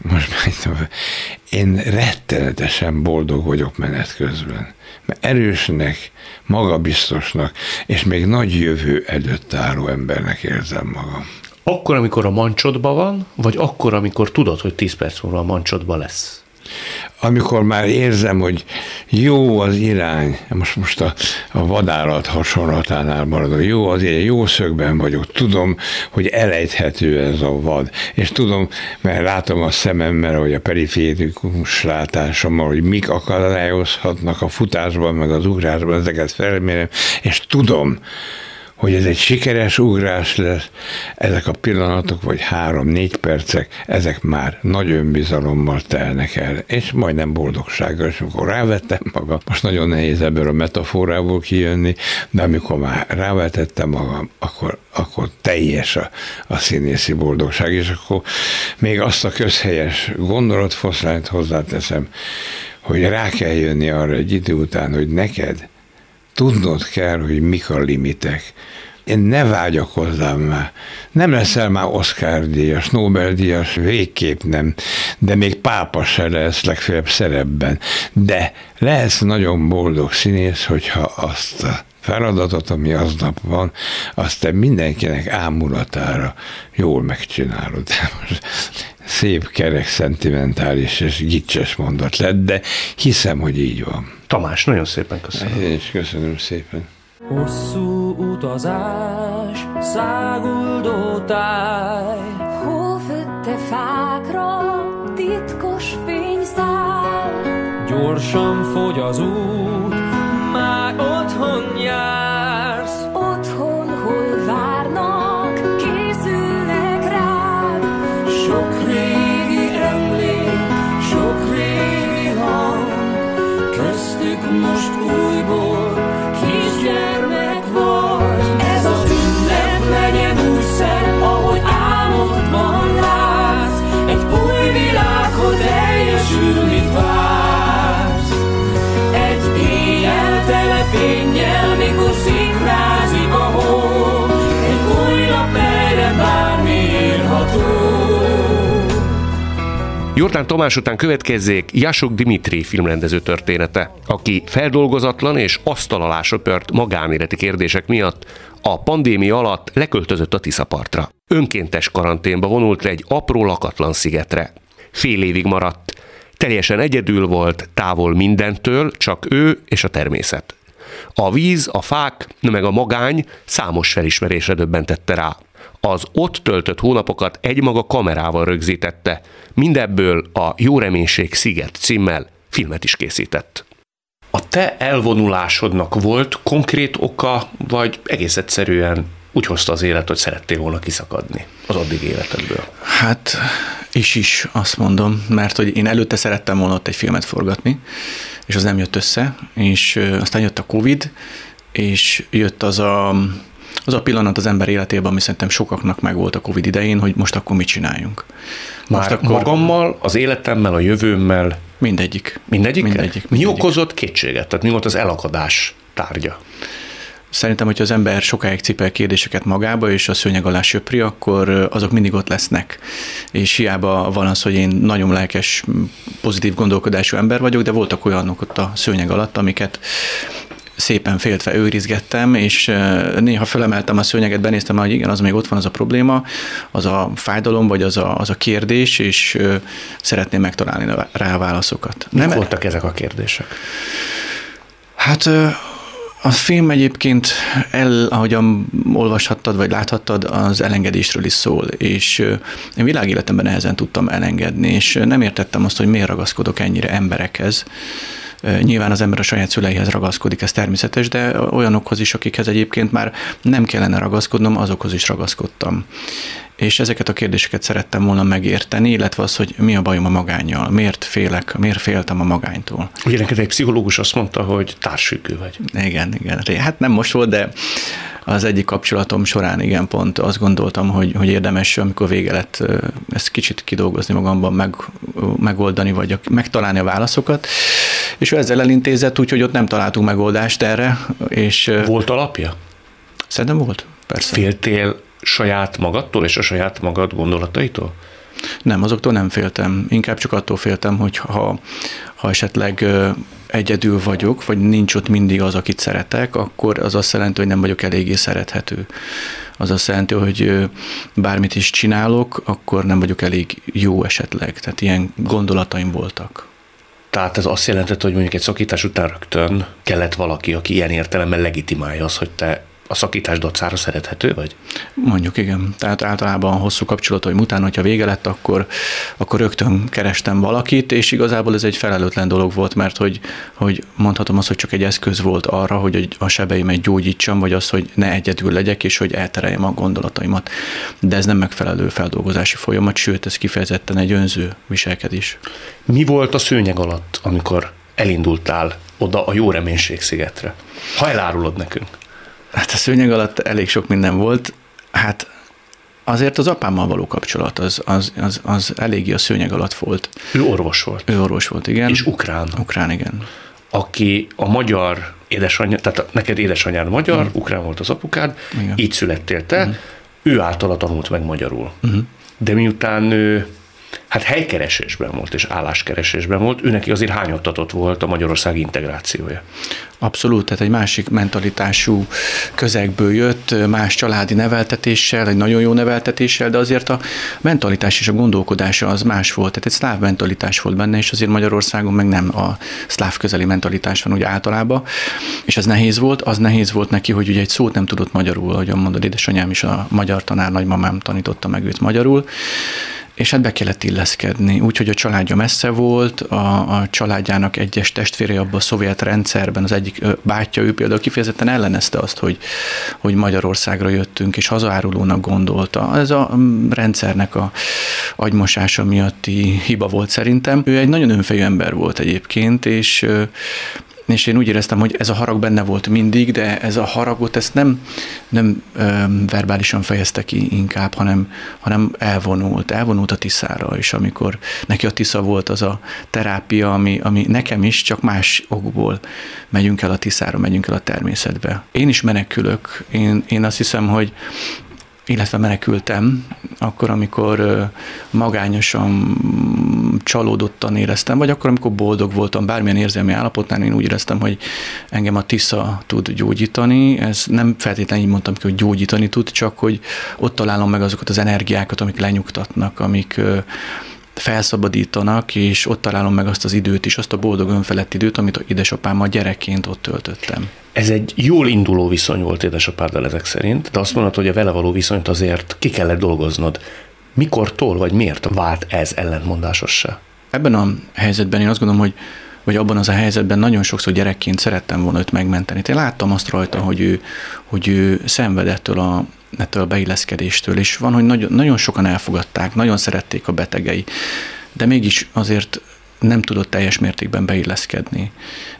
én rettenetesen boldog vagyok menet közben. Mert erősnek, magabiztosnak, és még nagy jövő előtt álló embernek érzem magam. Akkor, amikor a mancsodban van, vagy akkor, amikor tudod, hogy 10 perc múlva a mancsodban lesz? Amikor már érzem, hogy jó az irány, most a vadállat hasonlatánál maradok, jó az irány, jó szögben vagyok, tudom, hogy elejthető ez a vad, és tudom, mert látom a szememmel, vagy a periférikus látásommal, hogy mik akadályozhatnak a futásban, meg az ugrásban, ezeket felmérem, és tudom, hogy ez egy sikeres ugrás lesz, ezek a pillanatok, vagy 3-4 percek, ezek már nagy önbizalommal telnek el, és majdnem boldogsággal, és amikor rávettem magam, most nagyon nehéz ebből a metaforából kijönni, de amikor már rávetettem magam, akkor teljes a színészi boldogság, és akkor még azt a közhelyes gondolatfoszlányt hozzáteszem, hogy rá kell jönni arra egy idő után, hogy neked tudnod kell, hogy mik a limitek. Én ne vágyakozzam már. Nem leszel már Oscar-díjas, Nobel-díjas, végképp nem, de még pápa se lesz, legfeljebb szerepben. De lehetsz nagyon boldog színész, hogyha azt a feladatot, ami aznap van, azt te mindenkinek ámulatára jól megcsinálod. Szép, kerek, szentimentális és gicses mondat lett, de hiszem, hogy így van. Tamás, nagyon szépen köszönöm. Én is köszönöm szépen. Hosszú utazás, száguldó táj, hófötte fákra titkos fényszál. gyorsan fogy az út, már otthon jársz. Otthon, hol várnak, készülnek rád. Sok régi emlék, sok régi hang, köztük most újból kisgyermek vagy. Ez az ünnep legyen úgy szebb, ahogy álmodban látsz. Egy új világhoz teljesülni vársz. Egy éjjel tele fénnyel, mikor szikrázik a hó. Egy új nap, melyre bármi írható. Jordán Tamás után következzék Jasuk Dimitri filmrendező története, aki feldolgozatlan és asztal alá söpört magánéleti kérdések miatt a pandémia alatt leköltözött a Tiszapartra. Önkéntes karanténba vonult egy apró lakatlan szigetre. Fél évig maradt. Teljesen egyedül volt, távol mindentől, csak ő és a természet. A víz, a fák, meg a magány számos felismerésre döbbentette rá. Az ott töltött hónapokat egymaga kamerával rögzítette, mindebből a Jó reménység sziget címmel filmet is készített. A te elvonulásodnak volt konkrét oka, vagy egész egyszerűen úgy hozta az élet, hogy szerettél volna kiszakadni az addig életedből? Hát, is azt mondom, mert hogy én előtte szerettem volna ott egy filmet forgatni, és az nem jött össze, és aztán jött a Covid, és jött az a pillanat az ember életében, ami szerintem sokaknak megvolt a Covid idején, hogy most akkor mit csináljunk. Már akkor magammal, az életemmel, a jövőmmel? Mindegyik. Mindegyik. Mi okozott kétséget? Tehát mi volt az elakadás tárgya? Szerintem, hogyha az ember sokáig cipel kérdéseket magába, és a szőnyeg alá söpri, akkor azok mindig ott lesznek. És hiába van az, hogy én nagyon lelkes, pozitív gondolkodású ember vagyok, de voltak olyanok ott a szőnyeg alatt, amiket szépen féltve őrizgettem, és néha felemeltem a szőnyeget, benéztem, hogy igen, az még ott van az a probléma, az a fájdalom, vagy az a kérdés, és szeretném megtalálni rá a válaszokat. Nem voltak ezek a kérdések? Hát a film egyébként, ahogyan olvashattad, vagy láthattad, az elengedésről is szól, és én világéletemben nehezen tudtam elengedni, és nem értettem azt, hogy miért ragaszkodok ennyire emberekhez. Nyilván az ember a saját szüleihez ragaszkodik, ez természetes, de olyanokhoz is, akikhez egyébként már nem kellene ragaszkodnom, azokhoz is ragaszkodtam. És ezeket a kérdéseket szerettem volna megérteni, illetve az, hogy mi a bajom a magánnyal, miért féltem a magánytól. Ugye neked egy pszichológus azt mondta, hogy társfüggő vagy. Igen. Hát nem most volt, de az egyik kapcsolatom során igen, pont azt gondoltam, hogy érdemes, amikor vége lett, ezt kicsit kidolgozni magamban, megoldani, vagy megtalálni a válaszokat. És ő ezzel elintézett, úgyhogy ott nem találtunk megoldást erre. És volt alapja? Szerintem volt, persze. Féltél saját magadtól és a saját magad gondolataitól? Nem, azoktól nem féltem. Inkább csak attól féltem, hogy ha esetleg egyedül vagyok, vagy nincs ott mindig az, akit szeretek, akkor az azt jelenti, hogy nem vagyok eléggé szerethető. Az azt jelenti, hogy bármit is csinálok, akkor nem vagyok elég jó esetleg. Tehát ilyen gondolataim voltak. Tehát ez azt jelentett, hogy mondjuk egy szakítás után rögtön kellett valaki, aki ilyen értelemben legitimálja azt, hogy te a szakítás dacára szerethető vagy? Mondjuk igen. Tehát általában a hosszú kapcsolataim után, hogyha vége lett, akkor rögtön kerestem valakit, és igazából ez egy felelőtlen dolog volt, mert hogy mondhatom azt, hogy csak egy eszköz volt arra, hogy a sebeimet gyógyítsam, vagy az, hogy ne egyedül legyek, és hogy eltereljem a gondolataimat. De ez nem megfelelő feldolgozási folyamat, sőt, ez kifejezetten egy önző viselkedés. Mi volt a szőnyeg alatt, amikor elindultál oda a Jó Reménység szigetre? Ha elárulod nekünk. Hát a szőnyeg alatt elég sok minden volt. Hát azért az apámmal való kapcsolat az eléggé a szőnyeg alatt volt. Ő orvos volt. Ő orvos volt, igen. És ukrán. Ukrán, igen. Aki a magyar édesanyja, tehát neked édesanyád magyar, ukrán volt az apukád, igen. Így születtél te, ő általa tanult meg magyarul. De miután ő hát helykeresésben volt és álláskeresésben volt, ő neki azért hányattatott volt a Magyarország integrációja. Abszolút, tehát egy másik mentalitású közegből jött, más családi neveltetéssel, egy nagyon jó neveltetéssel, de azért a mentalitás és a gondolkodása az más volt, tehát egy szláv mentalitás volt benne, és azért Magyarországon meg nem a szláv közeli mentalitás van úgy általában, és ez nehéz volt, az nehéz volt neki, hogy ugye egy szót nem tudott magyarul, ahogyan mondod, édesanyám is a magyar tanár, nagymamám tanította meg őt magyarul, és hát be kellett illeszkedni. Úgyhogy a családja messze volt, a családjának egyes testvére abban a szovjet rendszerben, az egyik bátyja, ő például kifejezetten ellenezte azt, hogy Magyarországra jöttünk, és hazaárulónak gondolta. Ez a rendszernek a agymosása miatti hiba volt szerintem. Ő egy nagyon önfejű ember volt egyébként, és én úgy éreztem, hogy ez a harag benne volt mindig, de ez a haragot ezt nem verbálisan fejezte ki inkább, hanem elvonult a Tiszára, és amikor neki a Tisza volt az a terápia, ami nekem is, csak más okból megyünk el a Tiszára, megyünk el a természetbe. Én is menekülök, én azt hiszem, hogy illetve menekültem, akkor, amikor magányosan, csalódottan éreztem, vagy akkor, amikor boldog voltam, bármilyen érzelmi állapotnál, én úgy éreztem, hogy engem a Tisza tud gyógyítani. Ez nem feltétlenül így mondtam ki, hogy gyógyítani tud, csak hogy ott találom meg azokat az energiákat, amik lenyugtatnak, amik felszabadítanak, és ott találom meg azt az időt is, azt a boldog önfelett időt, amit édesapámmal gyerekként ott töltöttem. Ez egy jól induló viszony volt édesapáddal ezek szerint, de azt mondod, hogy a vele való viszonyt azért ki kellett dolgoznod. Mikortól vagy miért vált ez ellentmondásossá? Ebben a helyzetben én azt gondolom, hogy abban az a helyzetben nagyon sokszor gyerekként szerettem volna őt megmenteni. Én láttam azt rajta, hogy ő szenved ettől a beilleszkedéstől, és van, hogy nagyon sokan elfogadták, nagyon szerették a betegei, de mégis azért nem tudott teljes mértékben beilleszkedni.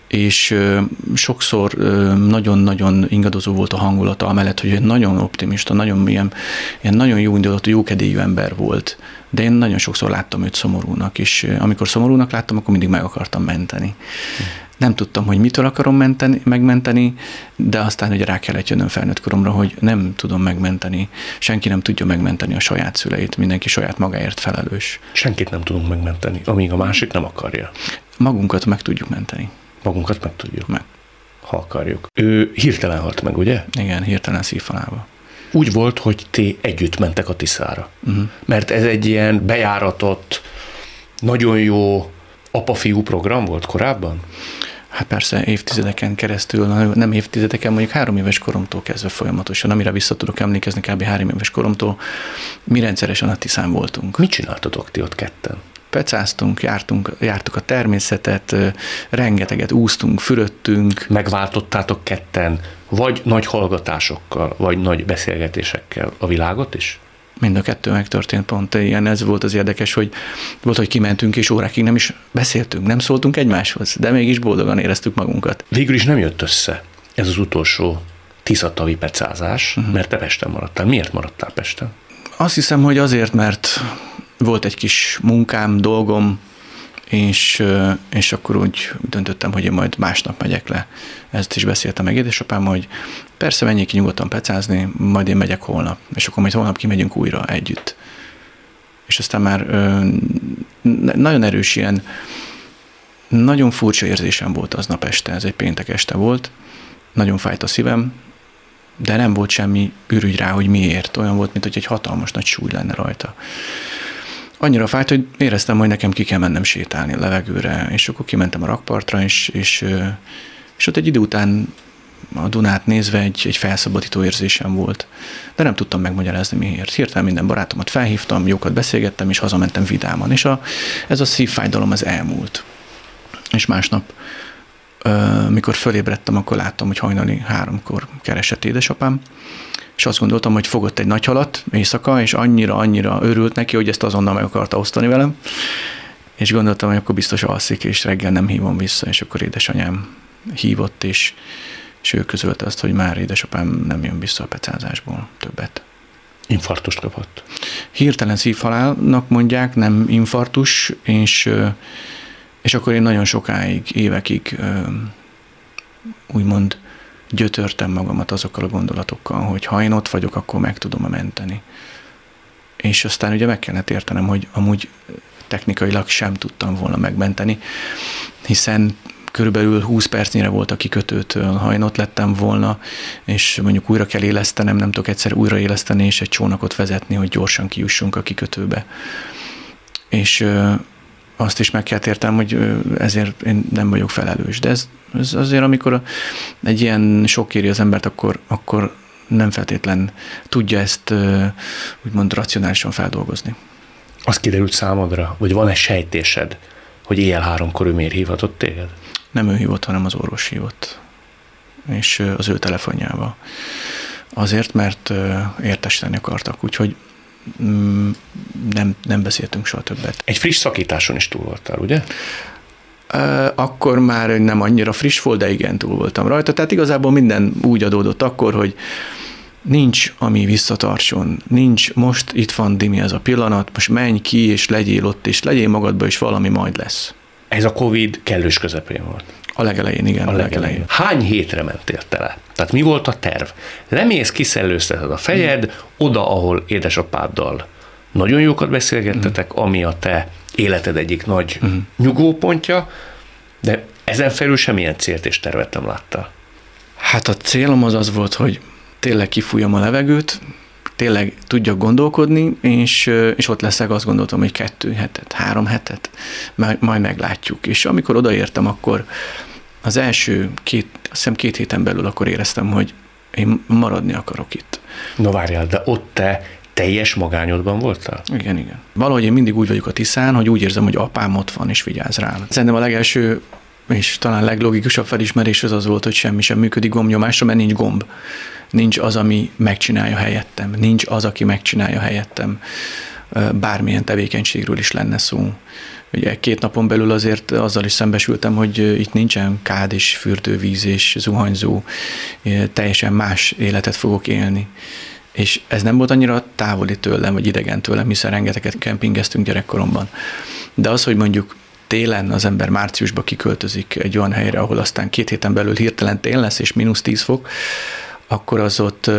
És sokszor nagyon-nagyon ingadozó volt a hangulata, amellett, hogy egy nagyon optimista, nagyon ilyen nagyon jó indulatú, jókedélyű ember volt. De én nagyon sokszor láttam őt szomorúnak, és amikor szomorúnak láttam, akkor mindig meg akartam menteni. Nem tudtam, hogy mitől akarom megmenteni, de aztán ugye rá kellett jönnöm felnőtt koromra, hogy nem tudom megmenteni. Senki nem tudja megmenteni a saját szüleit, mindenki saját magáért felelős. Senkit nem tudunk megmenteni, amíg a másik nem akarja. Magunkat meg tudjuk menteni. Magunkat meg tudjuk. Meg. Ha akarjuk. Ő hirtelen halt meg, ugye? Igen, hirtelen szívhalába. Úgy volt, hogy ti együtt mentek a Tiszára. Mert ez egy ilyen bejáratott, nagyon jó apa-fiú program volt korábban? Hát persze, évtizedeken keresztül, nem évtizedeken, mondjuk 3 éves koromtól kezdve folyamatosan, amire vissza tudok emlékezni, kb. 3 éves koromtól, mi rendszeresen a Tiszán voltunk. Mit csináltatok ti ott ketten? Pecáztunk, jártuk a természetet, rengeteget úsztunk, fürödtünk. Megváltottátok ketten, vagy nagy hallgatásokkal, vagy nagy beszélgetésekkel a világot is? Mind a kettő megtörtént pont. Ilyen, ez volt az érdekes, hogy volt, hogy kimentünk, és órákig nem is beszéltünk, nem szóltunk egymáshoz, de mégis boldogan éreztük magunkat. Végül is nem jött össze ez az utolsó tiszatavi pecázás, mert te Pesten maradtál. Miért maradtál Pesten? Azt hiszem, hogy azért, mert volt egy kis munkám, dolgom, és akkor úgy döntöttem, hogy én majd másnap megyek le. Ezt is beszéltem meg édesapám, hogy persze menjék ki nyugodtan pecázni, majd én megyek holnap, és akkor majd holnap kimegyünk újra együtt. És aztán már nagyon erős ilyen, nagyon furcsa érzésem volt aznap este, ez egy péntek este volt, nagyon fájt a szívem, de nem volt semmi ürügy rá, hogy miért. Olyan volt, mint hogy egy hatalmas nagy súly lenne rajta. Annyira fájt, hogy éreztem, hogy nekem ki kell mennem sétálni a levegőre, és akkor kimentem a rakpartra, és ott egy idő után a Dunát nézve egy felszabadító érzésem volt. De nem tudtam megmagyarázni miért. Hirtelen minden barátomat felhívtam, jókat beszélgettem, és hazamentem vidáman. És ez a szívfájdalom, ez elmúlt. És másnap, mikor fölébredtem, akkor láttam, hogy hajnali 3-kor keresett édesapám, és azt gondoltam, hogy fogott egy nagy halat éjszaka, és annyira örült neki, hogy ezt azonnal meg akarta osztani velem, és gondoltam, hogy akkor biztos alszik, és reggel nem hívom vissza, és akkor édesanyám hívott, és ő közölte azt, hogy már édesapám nem jön vissza a pecázásból többet. Infarktust kapott. Hirtelen szívhalálnak mondják, nem infarktus, és akkor én nagyon sokáig, évekig úgymond gyötörtem magamat azokkal a gondolatokkal, hogy ha én ott vagyok, akkor meg tudom menteni. És aztán ugye meg kellett értenem, hogy amúgy technikailag sem tudtam volna megmenteni, hiszen körülbelül 20 percnyire volt a kikötőtől. Ha én ott lettem volna, és mondjuk újra kell élesztenem, nem tudok egyszer újra éleszteni, és egy csónakot vezetni, hogy gyorsan kijussunk a kikötőbe. És azt is meg kell értem, hogy ezért én nem vagyok felelős. De ez azért, amikor egy ilyen sok éri az embert, akkor nem feltétlen tudja ezt úgymond racionálisan feldolgozni. Az kiderült számodra, vagy van-e sejtésed, hogy éjjel 3-kor ő miért hívhatott téged? Nem ő hívott, hanem az orvos hívott. És az ő telefonjával. Azért, mert értesíteni akartak, úgyhogy nem beszéltünk soha többet. Egy friss szakításon is túl voltál, ugye? Akkor már nem annyira friss volt, de igen, túl voltam rajta. Tehát igazából minden úgy adódott akkor, hogy nincs, ami visszatartson. Nincs, most itt van, Dimi, ez a pillanat, most menj ki, és legyél ott, és legyél magadba, és valami majd lesz. Ez a Covid kellős közepén volt. A legelején, igen. A legelején. Hány hétre mentél tele? Tehát mi volt a terv? Lemész, kiszellőzteted a fejed, oda, ahol édesapáddal nagyon jókat beszélgettetek, ami a te életed egyik nagy nyugvópontja, de ezen felül semmilyen célt és tervet nem láttál. Hát a célom az volt, hogy tényleg kifújjam a levegőt, tényleg tudjak gondolkodni, és ott leszek, azt gondoltam, hogy 2 hetet, 3 hetet, majd meglátjuk. És amikor odaértem, akkor az első 2 héten belül akkor éreztem, hogy én maradni akarok itt. No várjál, de ott te teljes magányodban voltál? Igen. Valahogy én mindig úgy vagyok a Tiszán, hogy úgy érzem, hogy apám ott van és vigyáz rám. Szerintem a legelső és talán leglogikusabb felismerés az volt, hogy semmi sem működik gombnyomásra, mert nincs gomb. Nincs az, ami megcsinálja helyettem. Nincs az, aki megcsinálja helyettem. Bármilyen tevékenységről is lenne szó. Ugye 2 napon belül azért azzal is szembesültem, hogy itt nincsen kád és fürdővíz és zuhanyzó. Teljesen más életet fogok élni. És ez nem volt annyira távoli tőlem, vagy idegen tőlem, hiszen rengeteget kempingeztünk gyerekkoromban. De az, hogy mondjuk télen az ember márciusban kiköltözik egy olyan helyre, ahol aztán 2 héten belül hirtelen tél lesz, és -10 fok, akkor az ott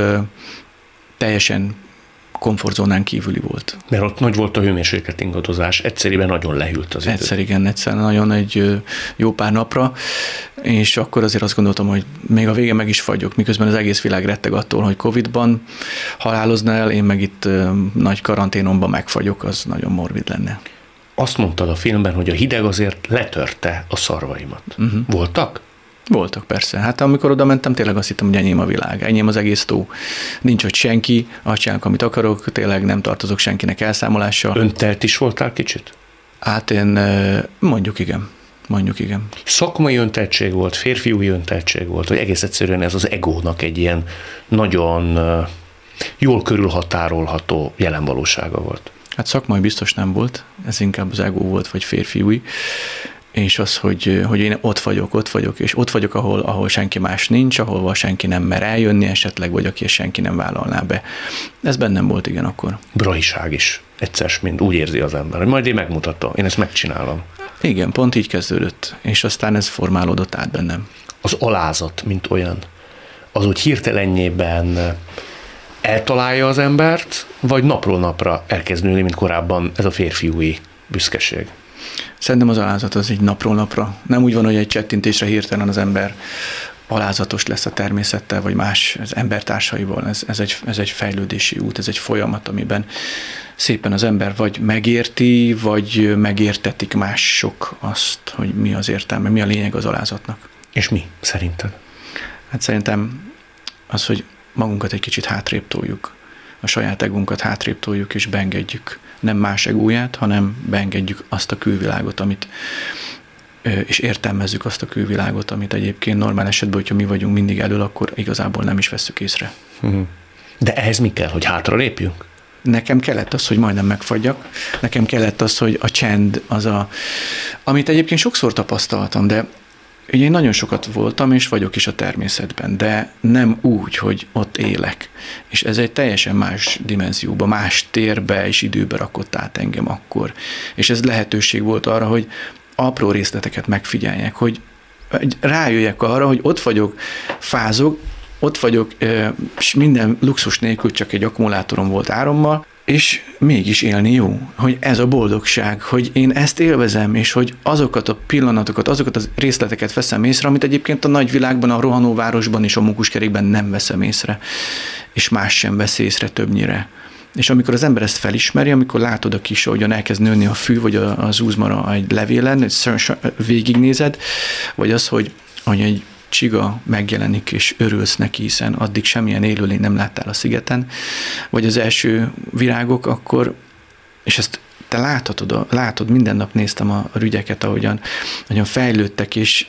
teljesen komfortzónán kívüli volt. Mert ott nagy volt a hőmérséklet ingadozás, egyszerűen nagyon lehűlt az idő. Egyszer nagyon egy jó pár napra, és akkor azért azt gondoltam, hogy még a végén meg is fagyok, miközben az egész világ retteg attól, hogy Covid-ban halálozna el, én meg itt nagy karanténomban megfagyok, az nagyon morbid lenne. Azt mondtad a filmben, hogy a hideg azért letörte a szarvaimat. Voltak? Voltak, persze. Hát amikor oda mentem, tényleg azt hittem, hogy enyém a világ, enyém az egész tó. Nincs ott senki, azt csinálok, amit akarok, tényleg nem tartozok senkinek elszámolással. Öntelt is voltál kicsit? Hát én mondjuk igen. Szakmai önteltség volt, férfiúi önteltség volt, vagy egész egyszerűen ez az egónak egy ilyen nagyon jól körülhatárolható jelenvalósága volt? Hát szakmai biztos nem volt, ez inkább az egó volt, vagy férfiúi. És az, hogy én ott vagyok, és ott vagyok, ahol senki más nincs, ahol senki nem mer eljönni esetleg, vagy aki senki nem vállalná be. Ez bennem volt, igen, akkor. Brahiság is. Egyszer mind úgy érzi az ember, hogy majd én megmutatom, én ezt megcsinálom. Igen, pont így kezdődött, és aztán ez formálódott át bennem. Az alázat, mint olyan, az úgy hirtelenjében eltalálja az embert, vagy napról napra elkezd nőni, mint korábban ez a férfiúi büszkeség? Szerintem az alázat az így napról napra. Nem úgy van, hogy egy csettintésre hirtelen az ember alázatos lesz a természettel, vagy más az embertársaival. Ez egy fejlődési út, ez egy folyamat, amiben szépen az ember vagy megérti, vagy megértetik mások azt, hogy mi az értelme, mi a lényeg az alázatnak. És mi szerinted? Hát szerintem az, hogy magunkat egy kicsit hátrébb toljuk, a saját egónkat hátrébb toljuk, és beengedjük nem más egóját, hanem beengedjük azt a külvilágot, és értelmezzük azt a külvilágot, amit egyébként normál esetben, hogyha mi vagyunk mindig elől, akkor igazából nem is vesszük észre. De ehhez mi kell, hogy hátra lépjünk? Nekem kellett az, hogy majdnem megfagyjak. Nekem kellett az, hogy a csend amit egyébként sokszor tapasztaltam, de ugye én nagyon sokat voltam, és vagyok is a természetben, de nem úgy, hogy ott élek. És ez egy teljesen más dimenzióba, más térbe és időbe rakott át engem akkor. És ez lehetőség volt arra, hogy apró részleteket megfigyeljek, hogy rájöjjek arra, hogy ott vagyok, fázok, ott vagyok, és minden luxus nélkül csak egy akkumulátorom volt árammal, és mégis élni jó, hogy ez a boldogság, hogy én ezt élvezem, és hogy azokat a pillanatokat, azokat a részleteket veszem észre, amit egyébként a nagyvilágban, a rohanó városban és a mókuskerékben nem veszem észre, és más sem vesz észre többnyire. És amikor az ember ezt felismeri, amikor látod a kis, ahogyan elkezd nőni a fű, vagy az úzmara egy levélen, végignézed, vagy az, hogy egy csiga megjelenik, és örülsz neki, hiszen addig semmilyen élőlény nem láttál a szigeten, vagy az első virágok, akkor, és ezt te látod, minden nap néztem a rügyeket, ahogyan fejlődtek, és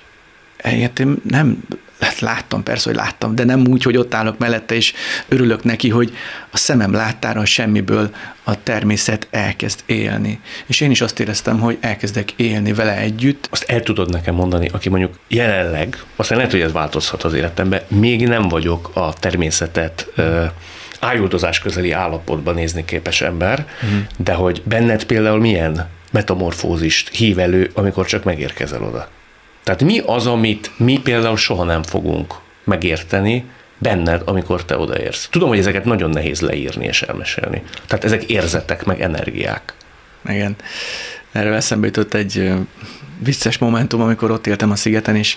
én nem láttam, persze, hogy láttam, de nem úgy, hogy ott állok mellette, és örülök neki, hogy a szemem láttára a semmiből a természet elkezd élni. És én is azt éreztem, hogy elkezdek élni vele együtt. Azt el tudod nekem mondani, aki mondjuk jelenleg, aztán lehet, hogy ez változhat az életemben, még nem vagyok a természetet ájuldozás közeli állapotban nézni képes ember, de hogy benned például milyen metamorfózist hív elő, amikor csak megérkezel oda? Tehát mi az, amit mi például soha nem fogunk megérteni benned, amikor te odaérsz? Tudom, hogy ezeket nagyon nehéz leírni és elmesélni. Tehát ezek érzetek, meg energiák. Igen. Erről eszembe jutott egy vicces momentum, amikor ott éltem a szigeten, és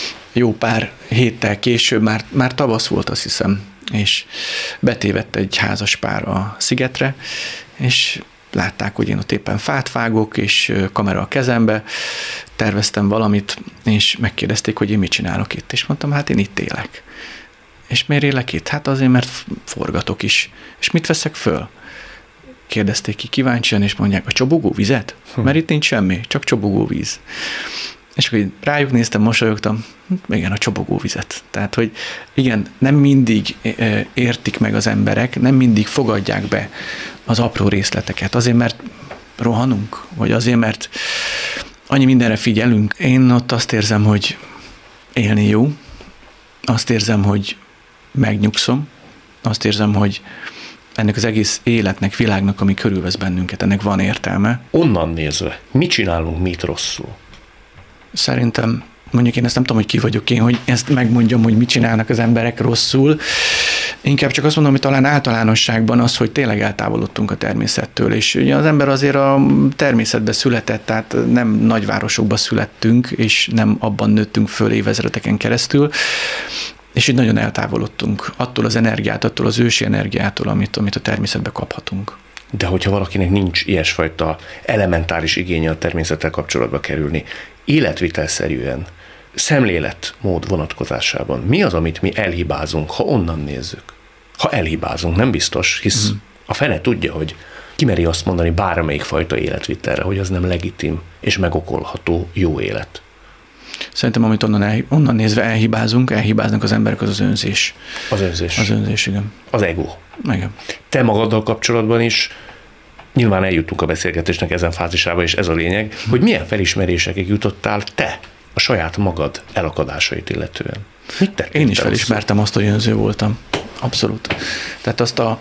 jó pár héttel később, már tavasz volt, azt hiszem, és betévedt egy házas pár a szigetre, és látták, hogy én ott éppen fát vágok, és kamera a kezembe, terveztem valamit, és megkérdezték, hogy én mit csinálok itt. És mondtam, hát én itt élek. És miért élek itt? Hát azért, mert forgatok is. És mit veszek föl? Kérdezték ki kíváncsian, és mondják, a csobogó vizet? Mert itt nincs semmi, csak csobogó víz. És akkor rájuk néztem, mosolyogtam, igen, a csobogó vizet. Tehát, hogy igen, nem mindig értik meg az emberek, nem mindig fogadják be az apró részleteket. Azért, mert rohanunk, vagy azért, mert annyi mindenre figyelünk. Én ott azt érzem, hogy élni jó, azt érzem, hogy megnyugszom, azt érzem, hogy ennek az egész életnek, világnak, ami körülvesz bennünket, ennek van értelme. Onnan nézve, mit csinálunk mi itt rosszul? Szerintem, mondjuk én ezt nem tudom, hogy ki vagyok én, hogy ezt megmondjam, hogy mit csinálnak az emberek rosszul. Inkább csak azt mondom, hogy talán általánosságban az, hogy tényleg eltávolodtunk a természettől, és ugye az ember azért a természetbe született, tehát nem nagyvárosokba születtünk, és nem abban nőttünk föl évezredeken keresztül, és így nagyon eltávolodtunk attól az energiát, attól az ősi energiától, amit a természetbe kaphatunk. De hogyha valakinek nincs ilyesfajta elementáris igénye a természettel kapcsolatba kerülni, életvitelszerűen, szemléletmód vonatkozásában, mi az, amit mi elhibázunk, ha onnan nézzük? Ha elhibázunk, nem biztos, hisz a fene tudja, hogy kimeri azt mondani bármelyik fajta életvitelre, hogy az nem legitim és megokolható jó élet. Szerintem, amit onnan nézve elhibáznak az emberek, az önzés. Az önzés. Az önzés, igen. Az ego. Igen. Te magaddal kapcsolatban is nyilván eljutunk a beszélgetésnek ezen fázisába, és ez a lényeg, hogy milyen felismerésekig jutottál te a saját magad elakadásait illetően. Mit tettél? Én is felismertem azt, hogy önző voltam. Abszolút. Tehát azt a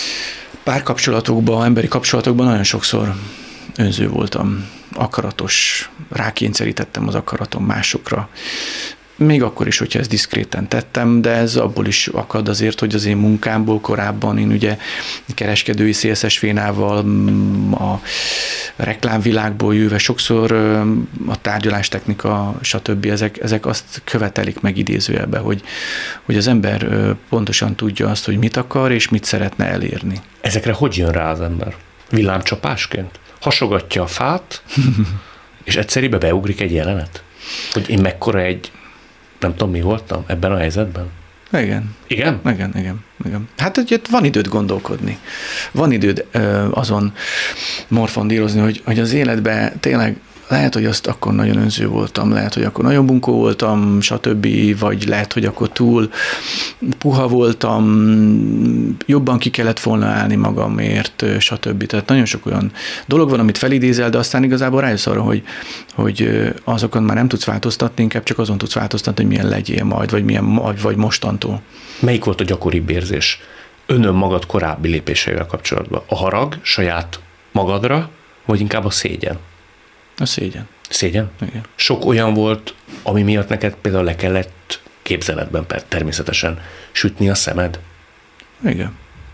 párkapcsolatokban, emberi kapcsolatokban nagyon sokszor önző voltam. Akaratos, rákényszerítettem az akaratom másokra. még akkor is, hogyha ezt diszkréten tettem, de ez abból is akad azért, hogy az én munkámból korábban én ugye kereskedői CSS-fénával, a reklámvilágból jöve sokszor a tárgyalástechnika, stb. Ezek azt követelik meg idézőjelbe, hogy az ember pontosan tudja azt, hogy mit akar és mit szeretne elérni. Ezekre hogy jön rá az ember? Villámcsapásként? Hasogatja a fát, és egyszerűen beugrik egy jelenet? Hogy én mekkora egy, nem tudom mi voltam ebben a helyzetben? Igen. Igen? Igen. Hát ugye van időt gondolkodni. Van időd azon morfondírozni, hogy az életben tényleg lehet, hogy azt akkor nagyon önző voltam, lehet, hogy akkor nagyon bunkó voltam, stb., vagy lehet, hogy akkor túl puha voltam, jobban ki kellett volna állni magamért, stb. Tehát nagyon sok olyan dolog van, amit felidézel, de aztán igazából rájössz arra, hogy azokon már nem tudsz változtatni, inkább csak azon tudsz változtatni, hogy milyen legyél majd, vagy mostantól. Melyik volt a gyakoribb érzés magad korábbi lépéseivel kapcsolatban? A harag saját magadra, vagy inkább a szégyen? A szégyen. Szégyen? Igen. Sok olyan volt, ami miatt neked például le kellett képzeletben természetesen sütni a szemed? Igen.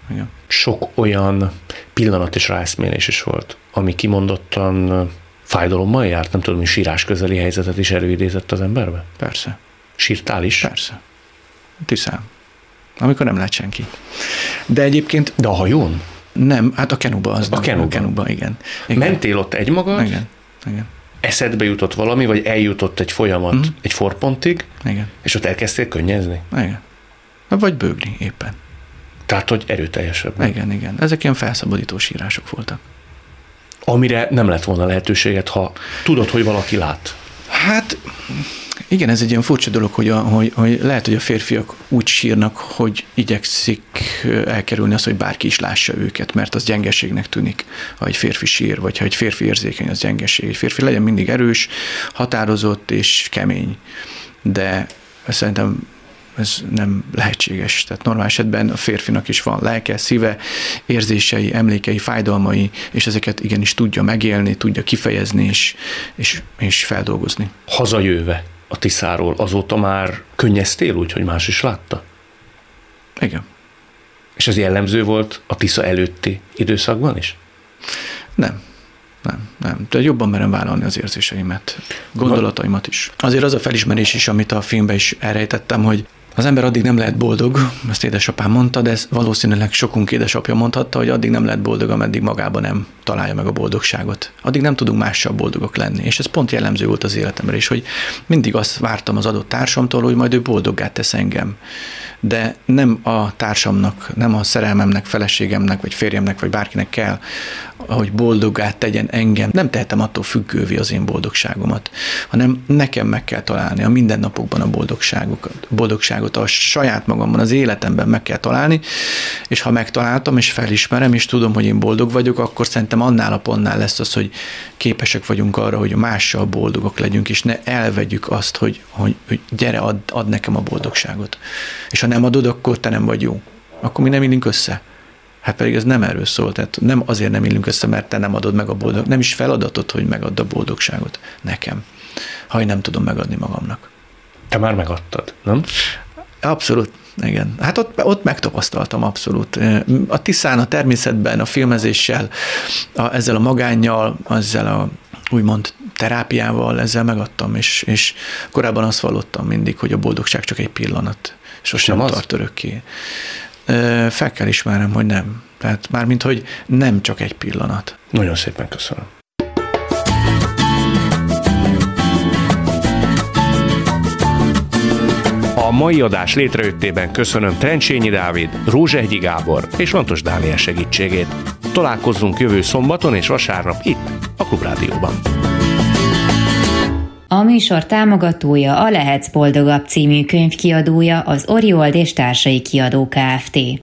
Sok olyan pillanat és ráeszmélés is volt, ami kimondottan fájdalommal járt, nem tudom, hogy sírás közeli helyzetet is előidézett az emberbe? Persze. Sírtál is? Persze. Tisztán. Amikor nem lát senki. De egyébként... De a hajón? Nem, hát a kenuba az. A kenuba, igen. Mentél ott egymagad? Igen. Eszedbe jutott valami, vagy eljutott egy folyamat egy forpontig, igen. És ott elkezdtél könnyezni? Igen. Vagy bőgni éppen. Tehát, hogy erőteljesebben. Igen. Ezek ilyen felszabadító sírások voltak. Amire nem lett volna lehetőséget, ha tudod, hogy valaki lát. Hát igen, ez egy ilyen furcsa dolog, hogy lehet, hogy a férfiak úgy sírnak, hogy igyekszik elkerülni azt, hogy bárki is lássa őket, mert az gyengeségnek tűnik, ha egy férfi sír, vagy ha egy férfi érzékeny, az gyengeség. Egy férfi legyen mindig erős, határozott és kemény, de szerintem ez nem lehetséges. Tehát normál esetben a férfinak is van lelke, szíve, érzései, emlékei, fájdalmai, és ezeket igenis tudja megélni, tudja kifejezni és feldolgozni. Hazajöve a Tiszáról azóta már könnyeztél úgy, hogy más is látta? Igen. És ez jellemző volt a Tisza előtti időszakban is? Nem. De jobban merem vállalni az érzéseimet, gondolataimat is. Azért az a felismerés is, amit a filmben is elrejtettem, hogy az ember addig nem lehet boldog, ezt édesapám mondta, de ez valószínűleg sokunk édesapja mondhatta, hogy addig nem lehet boldog, ameddig magában nem találja meg a boldogságot. Addig nem tudunk mással boldogok lenni, és ez pont jellemző volt az életemre is, hogy mindig azt vártam az adott társamtól, hogy majd ő boldoggá tesz engem. De nem a társamnak, nem a szerelmemnek, feleségemnek, vagy férjemnek, vagy bárkinek kell, hogy boldoggá tegyen engem. Nem tehetem attól függővé az én boldogságomat, hanem nekem meg kell találni a mindennapokban a boldogságot a saját magamban, az életemben meg kell találni, és ha megtaláltam, és felismerem, és tudom, hogy én boldog vagyok, akkor szerintem annál a pontnál lesz az, hogy képesek vagyunk arra, hogy mással boldogok legyünk, és ne elvegyük azt, hogy gyere, add nekem a boldogságot. És ha nem adod, akkor te nem vagy jó. Akkor mi nem illünk össze. Hát pedig ez nem erről szól, tehát nem azért nem illünk össze, mert te nem adod meg a boldogságot, nem is feladatod, hogy megadd a boldogságot nekem, ha én nem tudom megadni magamnak. Te már megadtad, nem? Abszolút, igen. Hát ott megtapasztaltam abszolút. A Tiszán, a természetben, a filmezéssel, ezzel a magánnyal, ezzel a úgymond terápiával, ezzel megadtam, és korábban azt vallottam mindig, hogy a boldogság csak egy pillanat. Sosem tart örökké. Fel kell ismernem, hogy nem. Tehát mármint, hogy nem csak egy pillanat. Nagyon szépen köszönöm. A mai adás létrejöttében köszönöm Trencsényi Dávid, Rózsehegyi Gábor és Lantos Dániel segítségét. Találkozzunk jövő szombaton és vasárnap itt, a Klubrádióban. A műsor támogatója a Lehetsz boldogabb című könyvkiadója, az Oriold és Társai Kiadó Kft.